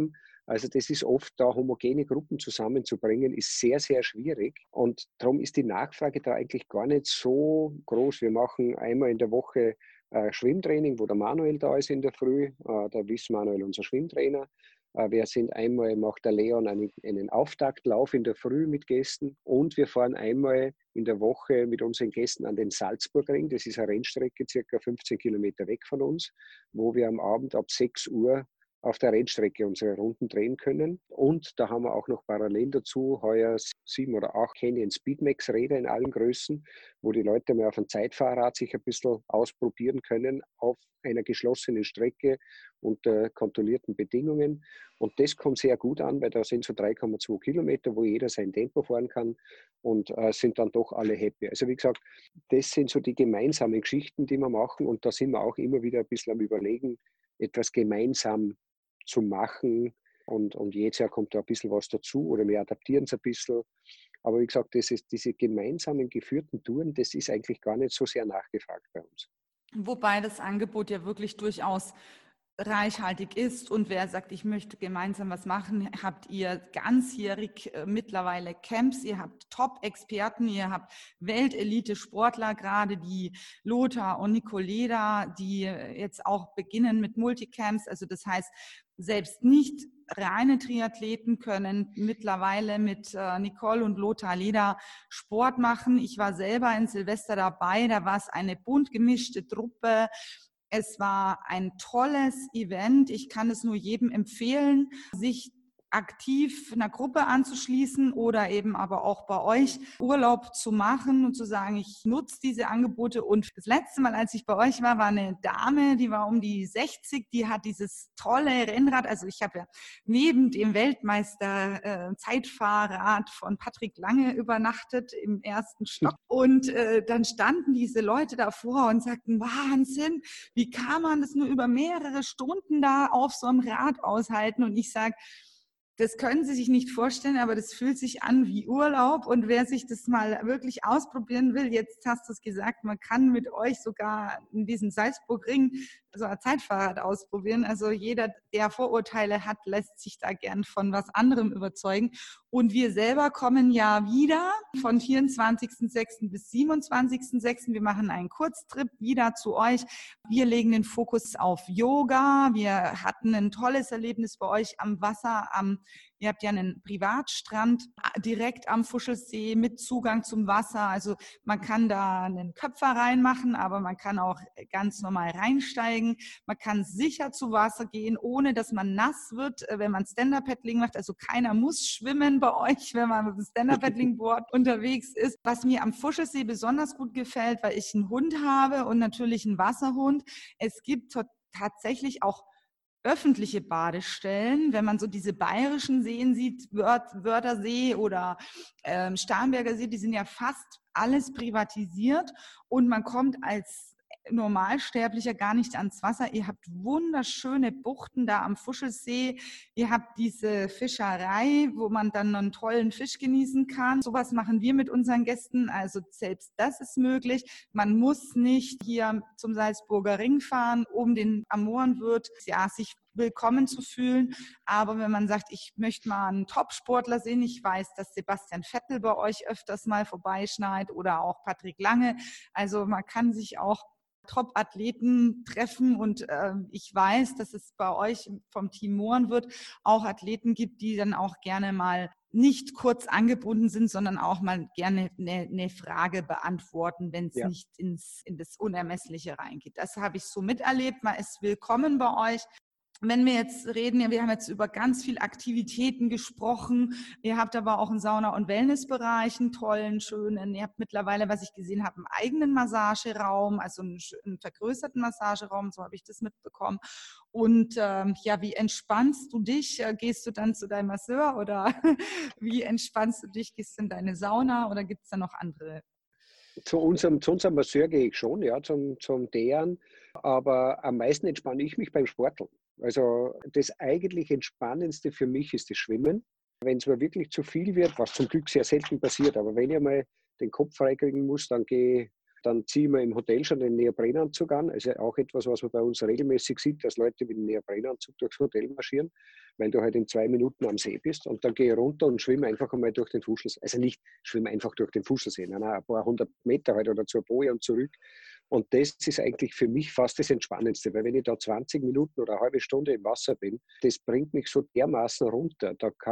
Also das ist oft, da homogene Gruppen zusammenzubringen, ist sehr, sehr schwierig. Und darum ist die Nachfrage da eigentlich gar nicht so groß. Wir machen einmal in der Woche Schwimmtraining, wo der Manuel da ist in der Früh. Der Wiss Manuel, unser Schwimmtrainer. Wir sind einmal, macht der Leon einen Auftaktlauf in der Früh mit Gästen und wir fahren einmal in der Woche mit unseren Gästen an den Salzburgring. Das ist eine Rennstrecke, circa 15 Kilometer weg von uns, wo wir am Abend ab 6 Uhr auf der Rennstrecke unsere Runden drehen können. Und da haben wir auch noch parallel dazu heuer 7 oder 8 Canyon Speedmax-Räder in allen Größen, wo die Leute mal auf einem Zeitfahrrad sich ein bisschen ausprobieren können auf einer geschlossenen Strecke unter kontrollierten Bedingungen. Und das kommt sehr gut an, weil da sind so 3,2 Kilometer, wo jeder sein Tempo fahren kann und sind dann doch alle happy. Also wie gesagt, das sind so die gemeinsamen Geschichten, die wir machen und da sind wir auch immer wieder ein bisschen am Überlegen, etwas gemeinsam zu machen und jedes Jahr kommt da ein bisschen was dazu oder wir adaptieren es ein bisschen. Aber wie gesagt, diese gemeinsamen geführten Touren, das ist eigentlich gar nicht so sehr nachgefragt bei uns. Wobei das Angebot ja wirklich durchaus reichhaltig ist und wer sagt, ich möchte gemeinsam was machen, habt ihr ganzjährig mittlerweile Camps, ihr habt Top-Experten, ihr habt Weltelite-Sportler, gerade die Lothar und Nicoleda, die jetzt auch beginnen mit Multicamps, also das heißt, selbst nicht reine Triathleten können mittlerweile mit Nicole und Lothar Leder Sport machen. Ich war selber in Silvester dabei, da war es eine bunt gemischte Truppe. Es war ein tolles Event. Ich kann es nur jedem empfehlen, sich aktiv einer Gruppe anzuschließen oder eben aber auch bei euch Urlaub zu machen und zu sagen, ich nutze diese Angebote. Und das letzte Mal, als ich bei euch war eine Dame, die war um die 60, die hat dieses tolle Rennrad, also ich habe ja neben dem Weltmeister Zeitfahrrad von Patrick Lange übernachtet im ersten Stock und dann standen diese Leute davor und sagten, Wahnsinn, wie kann man das nur über mehrere Stunden da auf so einem Rad aushalten? Und ich sage, das können Sie sich nicht vorstellen, aber das fühlt sich an wie Urlaub. Und wer sich das mal wirklich ausprobieren will, jetzt hast du es gesagt, man kann mit euch sogar in diesem Salzburgring so ein Zeitfahrrad ausprobieren. Also jeder, der Vorurteile hat, lässt sich da gern von was anderem überzeugen. Und wir selber kommen ja wieder von 24.06. bis 27.06. Wir machen einen Kurztrip wieder zu euch. Wir legen den Fokus auf Yoga. Wir hatten ein tolles Erlebnis bei euch am Wasser. Ihr habt ja einen Privatstrand direkt am Fuschelsee mit Zugang zum Wasser. Also man kann da einen Köpfer reinmachen, aber man kann auch ganz normal reinsteigen. Man kann sicher zu Wasser gehen, ohne dass man nass wird, wenn man Stand-Up-Paddling macht. Also keiner muss schwimmen bei euch, wenn man mit dem Stand-Up-Paddling-Board unterwegs ist. Was mir am Fuschelsee besonders gut gefällt, weil ich einen Hund habe und natürlich einen Wasserhund. Es gibt tatsächlich auch öffentliche Badestellen, wenn man so diese bayerischen Seen sieht, Wörthersee oder Starnberger See, die sind ja fast alles privatisiert und man kommt als Normalsterblicher gar nicht ans Wasser. Ihr habt wunderschöne Buchten da am Fuschelsee. Ihr habt diese Fischerei, wo man dann einen tollen Fisch genießen kann. Sowas machen wir mit unseren Gästen. Also selbst das ist möglich. Man muss nicht hier zum Salzburger Ring fahren, um den Amorenwirt, ja, sich willkommen zu fühlen. Aber wenn man sagt, ich möchte mal einen Top-Sportler sehen, ich weiß, dass Sebastian Vettel bei euch öfters mal vorbeischneit oder auch Patrick Lange. Also man kann sich auch Top-Athleten treffen und ich weiß, dass es bei euch vom Team Mohrenwirt auch Athleten gibt, die dann auch gerne mal nicht kurz angebunden sind, sondern auch mal gerne eine Frage beantworten, wenn es nicht in das Unermessliche reingeht. Das habe ich so miterlebt. Man ist willkommen bei euch. Wenn wir jetzt reden, wir haben jetzt über ganz viele Aktivitäten gesprochen. Ihr habt aber auch einen Sauna- und Wellnessbereich, einen tollen, schönen. Ihr habt mittlerweile, was ich gesehen habe, einen eigenen Massageraum, also einen vergrößerten Massageraum, so habe ich das mitbekommen. Und ja, wie entspannst du dich? Gehst du dann zu deinem Masseur oder wie entspannst du dich? Gehst du in deine Sauna oder gibt es da noch andere? Zu unserem Masseur gehe ich schon, ja, zum Dejan, aber am meisten entspanne ich mich beim Sporteln. Also das eigentlich Entspannendste für mich ist das Schwimmen. Wenn es mir wirklich zu viel wird, was zum Glück sehr selten passiert, aber wenn ich mal den Kopf freikriegen muss, dann Dann ziehen wir im Hotel schon den Neoprenanzug an. Also auch etwas, was man bei uns regelmäßig sieht, dass Leute mit dem Neoprenanzug durchs Hotel marschieren, weil du halt in 2 Minuten am See bist. Und dann gehe ich runter und schwimme einfach einmal durch den Fuschelsee. Also nicht schwimme einfach durch den Fuschelsee, nein, ein paar 100 Meter halt oder zur Boje und zurück. Und das ist eigentlich für mich fast das Entspannendste, weil wenn ich da 20 Minuten oder eine halbe Stunde im Wasser bin, das bringt mich so dermaßen runter.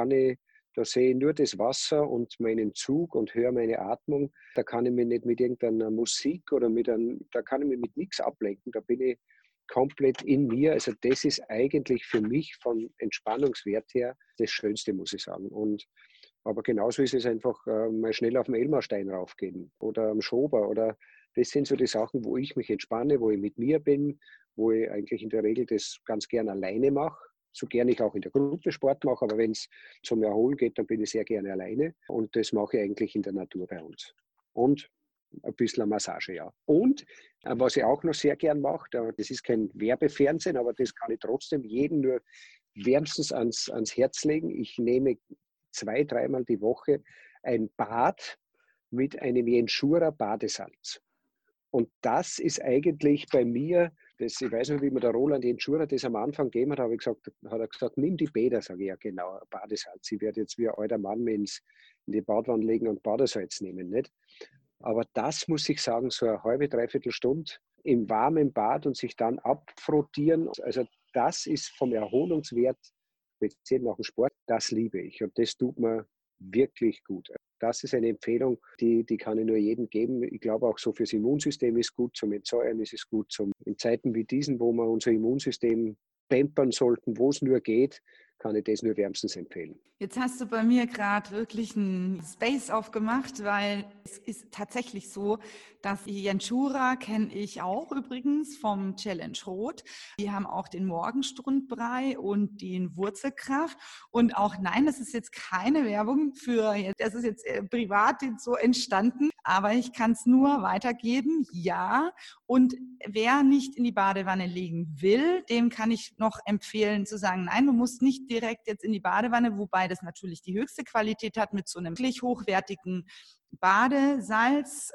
Da sehe ich nur das Wasser und meinen Zug und höre meine Atmung. Da kann ich mich nicht mit irgendeiner Musik oder da kann ich mich mit nichts ablenken. Da bin ich komplett in mir. Also das ist eigentlich für mich vom Entspannungswert her das Schönste, muss ich sagen. Aber genauso ist es einfach mal schnell auf den Elmarstein raufgehen oder am Schober. Oder das sind so die Sachen, wo ich mich entspanne, wo ich mit mir bin, wo ich eigentlich in der Regel das ganz gern alleine mache. So gerne ich auch in der Gruppe Sport mache, aber wenn es zum Erholen geht, dann bin ich sehr gerne alleine. Und das mache ich eigentlich in der Natur bei uns. Und ein bisschen Massage, ja. Und was ich auch noch sehr gern mache, das ist kein Werbefernsehen, aber das kann ich trotzdem jedem nur wärmstens ans Herz legen. Ich nehme 2-, 3-mal die Woche ein Bad mit einem Jensura Badesalz. Und das ist eigentlich bei mir, ich weiß nicht, wie mir der Roland Jensura das am Anfang gegeben hat, hat er gesagt, nimm die Bäder, sage ich, ja genau, Badesalz. Ich werde jetzt wie ein alter Mann mir in die Badwanne legen und Badesalz nehmen, nicht? Aber das muss ich sagen, so eine halbe, dreiviertel Stunde im warmen Bad und sich dann abfrottieren, also das ist vom Erholungswert, speziell nach dem Sport, das liebe ich und das tut mir wirklich gut. Das ist eine Empfehlung, die kann ich nur jedem geben. Ich glaube auch so fürs Immunsystem ist gut, zum Entsäuern ist es gut. In Zeiten wie diesen, wo wir unser Immunsystem pampern sollten, wo es nur geht, kann ich das nur wärmstens empfehlen. Jetzt hast du bei mir gerade wirklich einen Space aufgemacht, weil es ist tatsächlich so, dass Jensura kenne ich auch übrigens vom Challenge Rot. Die haben auch den Morgenstundbrei und den Wurzelkraft. Und auch nein, das ist jetzt keine Werbung das ist jetzt privat so entstanden, aber ich kann es nur weitergeben, ja. Und wer nicht in die Badewanne legen will, dem kann ich noch empfehlen zu sagen, nein, du musst nicht direkt jetzt in die Badewanne, wobei das natürlich die höchste Qualität hat mit so einem wirklich hochwertigen Badesalz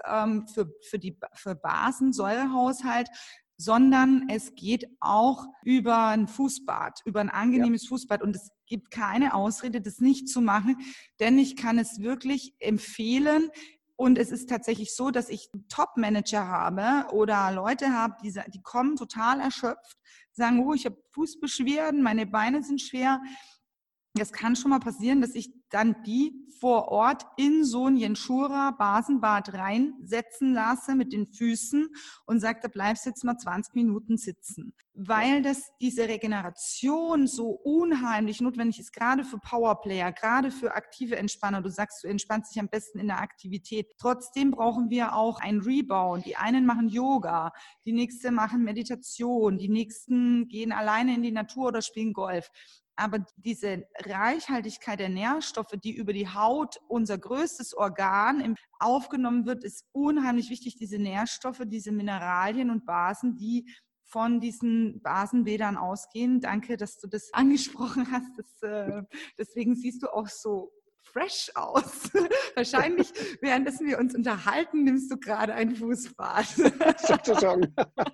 für Basen, Säurehaushalt, sondern es geht auch über ein Fußbad, über ein angenehmes Fußbad und es gibt keine Ausrede, das nicht zu machen, denn ich kann es wirklich empfehlen. Und es ist tatsächlich so, dass ich Top-Manager habe oder Leute habe, die kommen total erschöpft, sagen, oh, ich habe Fußbeschwerden, meine Beine sind schwer. Das kann schon mal passieren, dass ich dann die vor Ort in so ein Jensura Basenbad reinsetzen lasse mit den Füßen und sage, da bleibst jetzt mal 20 Minuten sitzen. Weil diese Regeneration so unheimlich notwendig ist, gerade für Powerplayer, gerade für aktive Entspanner. Du sagst, du entspannst dich am besten in der Aktivität. Trotzdem brauchen wir auch ein Rebound. Die einen machen Yoga, die nächsten machen Meditation, die nächsten gehen alleine in die Natur oder spielen Golf. Aber diese Reichhaltigkeit der Nährstoffe, die über die Haut, unser größtes Organ, aufgenommen wird, ist unheimlich wichtig. Diese Nährstoffe, diese Mineralien und Basen, die von diesen Basenbädern ausgehen. Danke, dass du das angesprochen hast. Deswegen siehst du auch so fresh aus. Wahrscheinlich, währenddessen wir uns unterhalten, nimmst du gerade ein Fußbad. Sozusagen.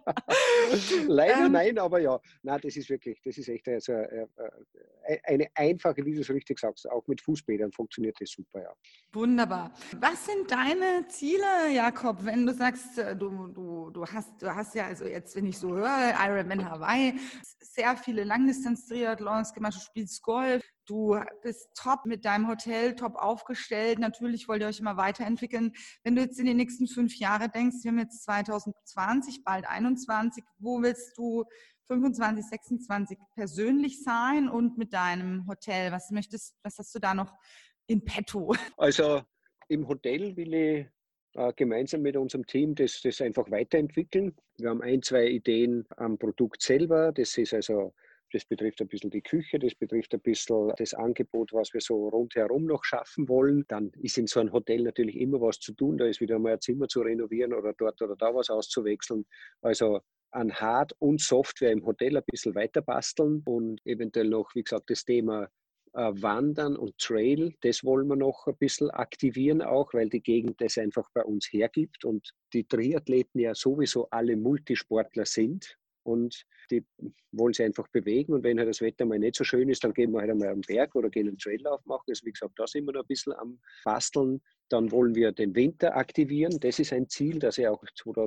Leider nein, aber ja. Nein, das ist echt also eine einfache, wie du es richtig sagst, auch mit Fußbädern funktioniert das super, ja. Wunderbar. Was sind deine Ziele, Jakob, wenn du sagst, du hast ja, also jetzt, wenn ich so höre, Ironman Hawaii, sehr viele Langdistanz-Triathlons gemacht, du spielst Golf, du bist top mit deinem Hotel, top aufgestellt. Natürlich wollt ihr euch immer weiterentwickeln. Wenn du jetzt in die nächsten 5 Jahre denkst, wir haben jetzt 2020, bald 21, wo willst du 25, 26 persönlich sein und mit deinem Hotel? Was hast du da noch in petto? Also im Hotel will ich gemeinsam mit unserem Team das einfach weiterentwickeln. Wir haben 1, 2 Ideen am Produkt selber. Das betrifft ein bisschen die Küche, das betrifft ein bisschen das Angebot, was wir so rundherum noch schaffen wollen. Dann ist in so einem Hotel natürlich immer was zu tun. Da ist wieder mal ein Zimmer zu renovieren oder dort oder da was auszuwechseln. Also an Hard- und Software im Hotel ein bisschen weiter basteln und eventuell noch, wie gesagt, das Thema Wandern und Trail, das wollen wir noch ein bisschen aktivieren auch, weil die Gegend das einfach bei uns hergibt und die Triathleten ja sowieso alle Multisportler sind und die wollen sich einfach bewegen und wenn halt das Wetter mal nicht so schön ist, dann gehen wir halt einmal am Berg oder gehen einen Traillauf machen. Also wie gesagt, da sind wir noch ein bisschen am Basteln. Dann wollen wir den Winter aktivieren. Das ist ein Ziel, dass ich auch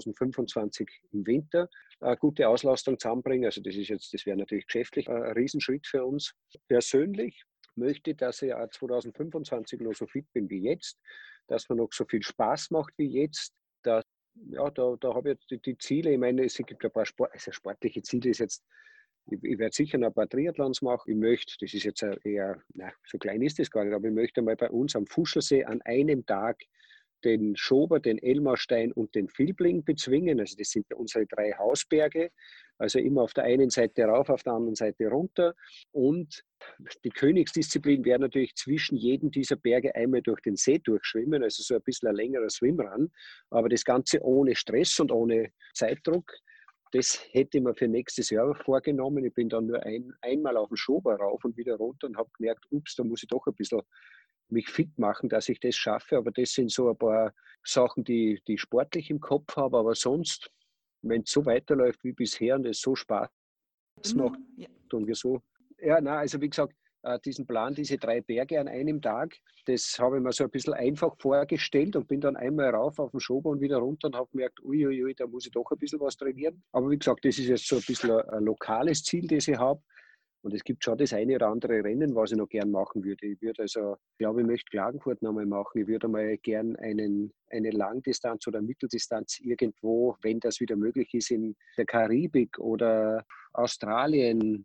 2025 im Winter eine gute Auslastung zusammenbringe. Also das wäre natürlich geschäftlich ein Riesenschritt für uns. Persönlich möchte, dass ich auch 2025 noch so fit bin wie jetzt, dass man noch so viel Spaß macht wie jetzt. Da habe ich jetzt die Ziele. Ich meine, es gibt ein paar sportliche Ziele. Ich werde sicher noch ein paar Triathlons machen. Ich möchte, das ist jetzt eher, so klein ist das gar nicht, aber ich möchte mal bei uns am Fuschelsee an einem Tag den Schober, den Elmarstein und den Filbling bezwingen. Also das sind unsere 3 Hausberge. Also immer auf der einen Seite rauf, auf der anderen Seite runter. Und die Königsdisziplin wäre natürlich zwischen jedem dieser Berge einmal durch den See durchschwimmen, also so ein bisschen ein längerer Swimrun. Aber das Ganze ohne Stress und ohne Zeitdruck. Das hätte ich mir für nächstes Jahr vorgenommen. Ich bin dann nur einmal auf den Schober rauf und wieder runter und habe gemerkt, ups, da muss ich doch ein bisschen mich fit machen, dass ich das schaffe. Aber das sind so ein paar Sachen, die ich sportlich im Kopf habe. Aber sonst, wenn es so weiterläuft wie bisher und es so Spaß macht, tun wir so. Ja, also wie gesagt, diesen Plan, diese 3 Berge an einem Tag, das habe ich mir so ein bisschen einfach vorgestellt und bin dann einmal rauf auf den Schober und wieder runter und habe gemerkt, uiuiui, da muss ich doch ein bisschen was trainieren. Aber wie gesagt, das ist jetzt so ein bisschen ein lokales Ziel, das ich habe. Und es gibt schon das eine oder andere Rennen, was ich noch gern machen würde. Ich glaube, ich möchte Klagenfurt noch mal machen. Ich würde mal gern eine Langdistanz oder Mitteldistanz irgendwo, wenn das wieder möglich ist, in der Karibik oder Australien.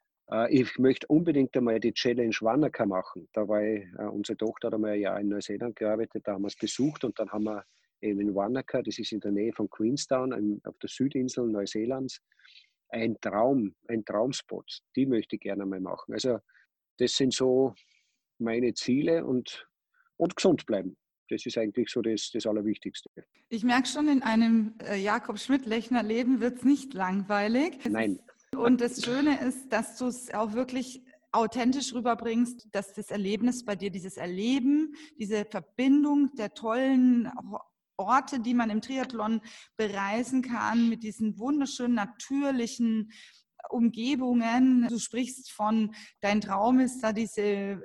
Ich möchte unbedingt einmal die Challenge Wanaka machen. Unsere Tochter hat einmal ein Jahr in Neuseeland gearbeitet, da haben wir es besucht und dann haben wir eben in Wanaka, das ist in der Nähe von Queenstown, auf der Südinsel Neuseelands, ein Traumspot. Die möchte ich gerne mal machen. Also das sind so meine Ziele und gesund bleiben. Das ist eigentlich so das Allerwichtigste. Ich merke schon, in einem Jakob Schmidt-Lechner Leben wird es nicht langweilig. Nein. Und das Schöne ist, dass du es auch wirklich authentisch rüberbringst, dass das Erlebnis bei dir, dieses Erleben, diese Verbindung der tollen Orte, die man im Triathlon bereisen kann, mit diesen wunderschönen natürlichen Umgebungen. Du sprichst von, dein Traum ist da diese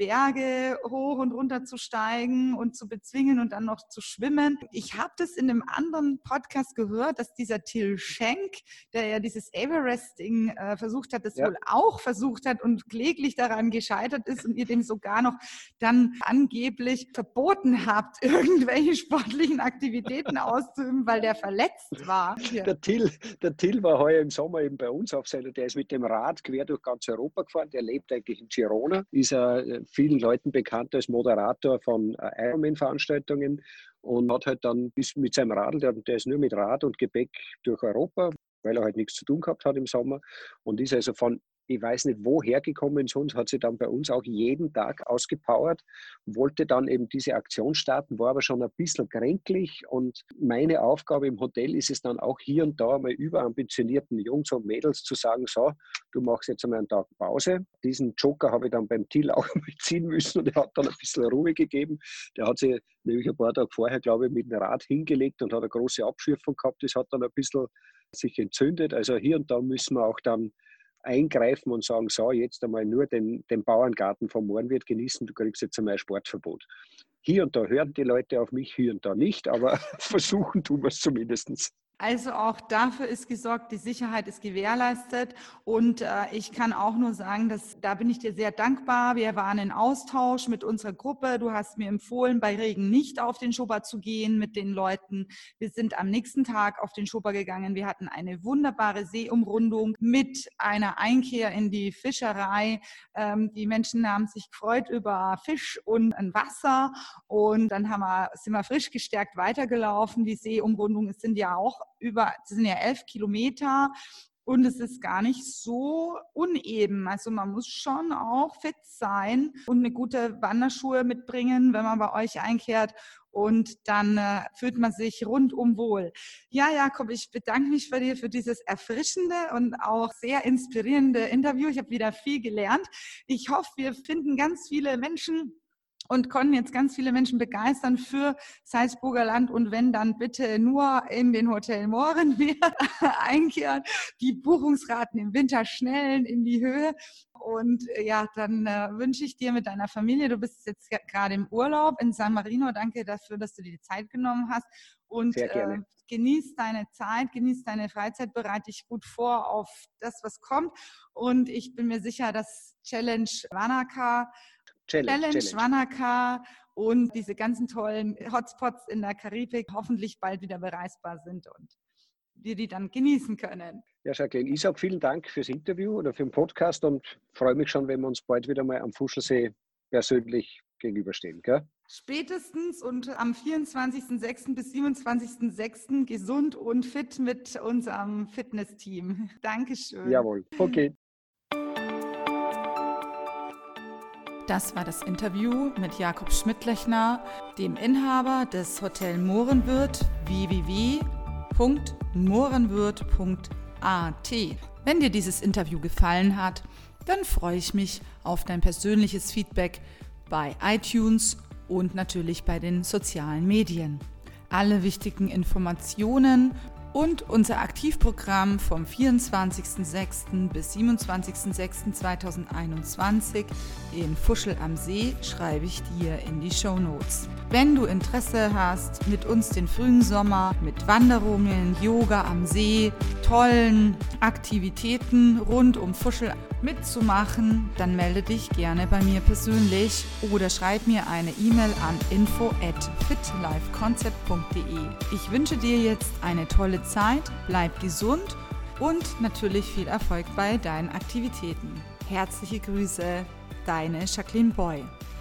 Berge hoch und runter zu steigen und zu bezwingen und dann noch zu schwimmen. Ich habe das in einem anderen Podcast gehört, dass dieser Till Schenk, der ja dieses Everesting versucht hat, das wohl auch versucht hat und kläglich daran gescheitert ist und ihr dem sogar noch dann angeblich verboten habt, irgendwelche sportlichen Aktivitäten auszuüben, weil der verletzt war. Der Till war heuer im Sommer eben bei uns der ist mit dem Rad quer durch ganz Europa gefahren. Der lebt eigentlich in Girona, ist vielen Leuten bekannt als Moderator von Ironman-Veranstaltungen und hat halt dann mit seinem Radl, der ist nur mit Rad und Gepäck durch Europa, weil er halt nichts zu tun gehabt hat im Sommer und ist also von ich weiß nicht woher gekommen, sonst hat sie dann bei uns auch jeden Tag ausgepowert, wollte dann eben diese Aktion starten, war aber schon ein bisschen kränklich und meine Aufgabe im Hotel ist es dann auch hier und da mal überambitionierten Jungs und Mädels zu sagen, so, du machst jetzt einmal einen Tag Pause. Diesen Joker habe ich dann beim Till auch mal ziehen müssen und er hat dann ein bisschen Ruhe gegeben. Der hat sich nämlich ein paar Tage vorher, glaube ich, mit dem Rad hingelegt und hat eine große Abschürfung gehabt. Das hat dann ein bisschen sich entzündet. Also hier und da müssen wir auch dann eingreifen und sagen, so, jetzt einmal nur den Bauerngarten vom Mohrenwirt genießen, du kriegst jetzt einmal ein Sportverbot. Hier und da hören die Leute auf mich, hier und da nicht, aber versuchen tun wir es zumindest. Also auch dafür ist gesorgt, die Sicherheit ist gewährleistet und ich kann auch nur sagen, da bin ich dir sehr dankbar. Wir waren in Austausch mit unserer Gruppe. Du hast mir empfohlen, bei Regen nicht auf den Schober zu gehen mit den Leuten. Wir sind am nächsten Tag auf den Schober gegangen. Wir hatten eine wunderbare Seeumrundung mit einer Einkehr in die Fischerei. Die Menschen haben sich gefreut über Fisch und ein Wasser und dann sind wir frisch gestärkt weitergelaufen. Die Seeumrundung sind ja auch das sind ja 11 Kilometer und es ist gar nicht so uneben. Also man muss schon auch fit sein und eine gute Wanderschuhe mitbringen, wenn man bei euch einkehrt. Und dann fühlt man sich rundum wohl. Ja, Jakob, ich bedanke mich bei dir für dieses erfrischende und auch sehr inspirierende Interview. Ich habe wieder viel gelernt. Ich hoffe, wir finden ganz viele Menschen und konnten jetzt ganz viele Menschen begeistern für Salzburger Land. Und wenn, dann bitte nur in den Hotel Mohrenwert einkehren. Die Buchungsraten im Winter schnellen in die Höhe. Und ja, dann wünsche ich dir mit deiner Familie, du bist jetzt gerade im Urlaub in San Marino, danke dafür, dass du dir die Zeit genommen hast. Und Sehr gerne. Genieß deine Zeit, genieß deine Freizeit, bereite dich gut vor auf das, was kommt. Und ich bin mir sicher, dass Challenge Wanaka und diese ganzen tollen Hotspots in der Karibik hoffentlich bald wieder bereisbar sind und wir die dann genießen können. Ja, Jacqueline, ich sage vielen Dank fürs Interview oder für den Podcast und freue mich schon, wenn wir uns bald wieder mal am Fuschelsee persönlich gegenüberstehen. Gell? Spätestens und am 24.06. bis 27.06. gesund und fit mit unserem Fitnessteam. Dankeschön. Jawohl, okay. Das war das Interview mit Jakob Schmidtlechner, dem Inhaber des Hotel Mohrenwirth, www.mohrenwirth.at. Wenn dir dieses Interview gefallen hat, dann freue ich mich auf dein persönliches Feedback bei iTunes und natürlich bei den sozialen Medien. Alle wichtigen Informationen und unser Aktivprogramm vom 24.06. bis 27.06.2021 in Fuschel am See schreibe ich dir in die Shownotes. Wenn du Interesse hast, mit uns den frühen Sommer mit Wanderungen, Yoga am See, tollen Aktivitäten rund um Fuschel mitzumachen, dann melde dich gerne bei mir persönlich oder schreib mir eine E-Mail an info@fitlifeconcept.de. Ich wünsche dir jetzt eine tolle Zeit, bleib gesund und natürlich viel Erfolg bei deinen Aktivitäten. Herzliche Grüße, deine Jacqueline Boy.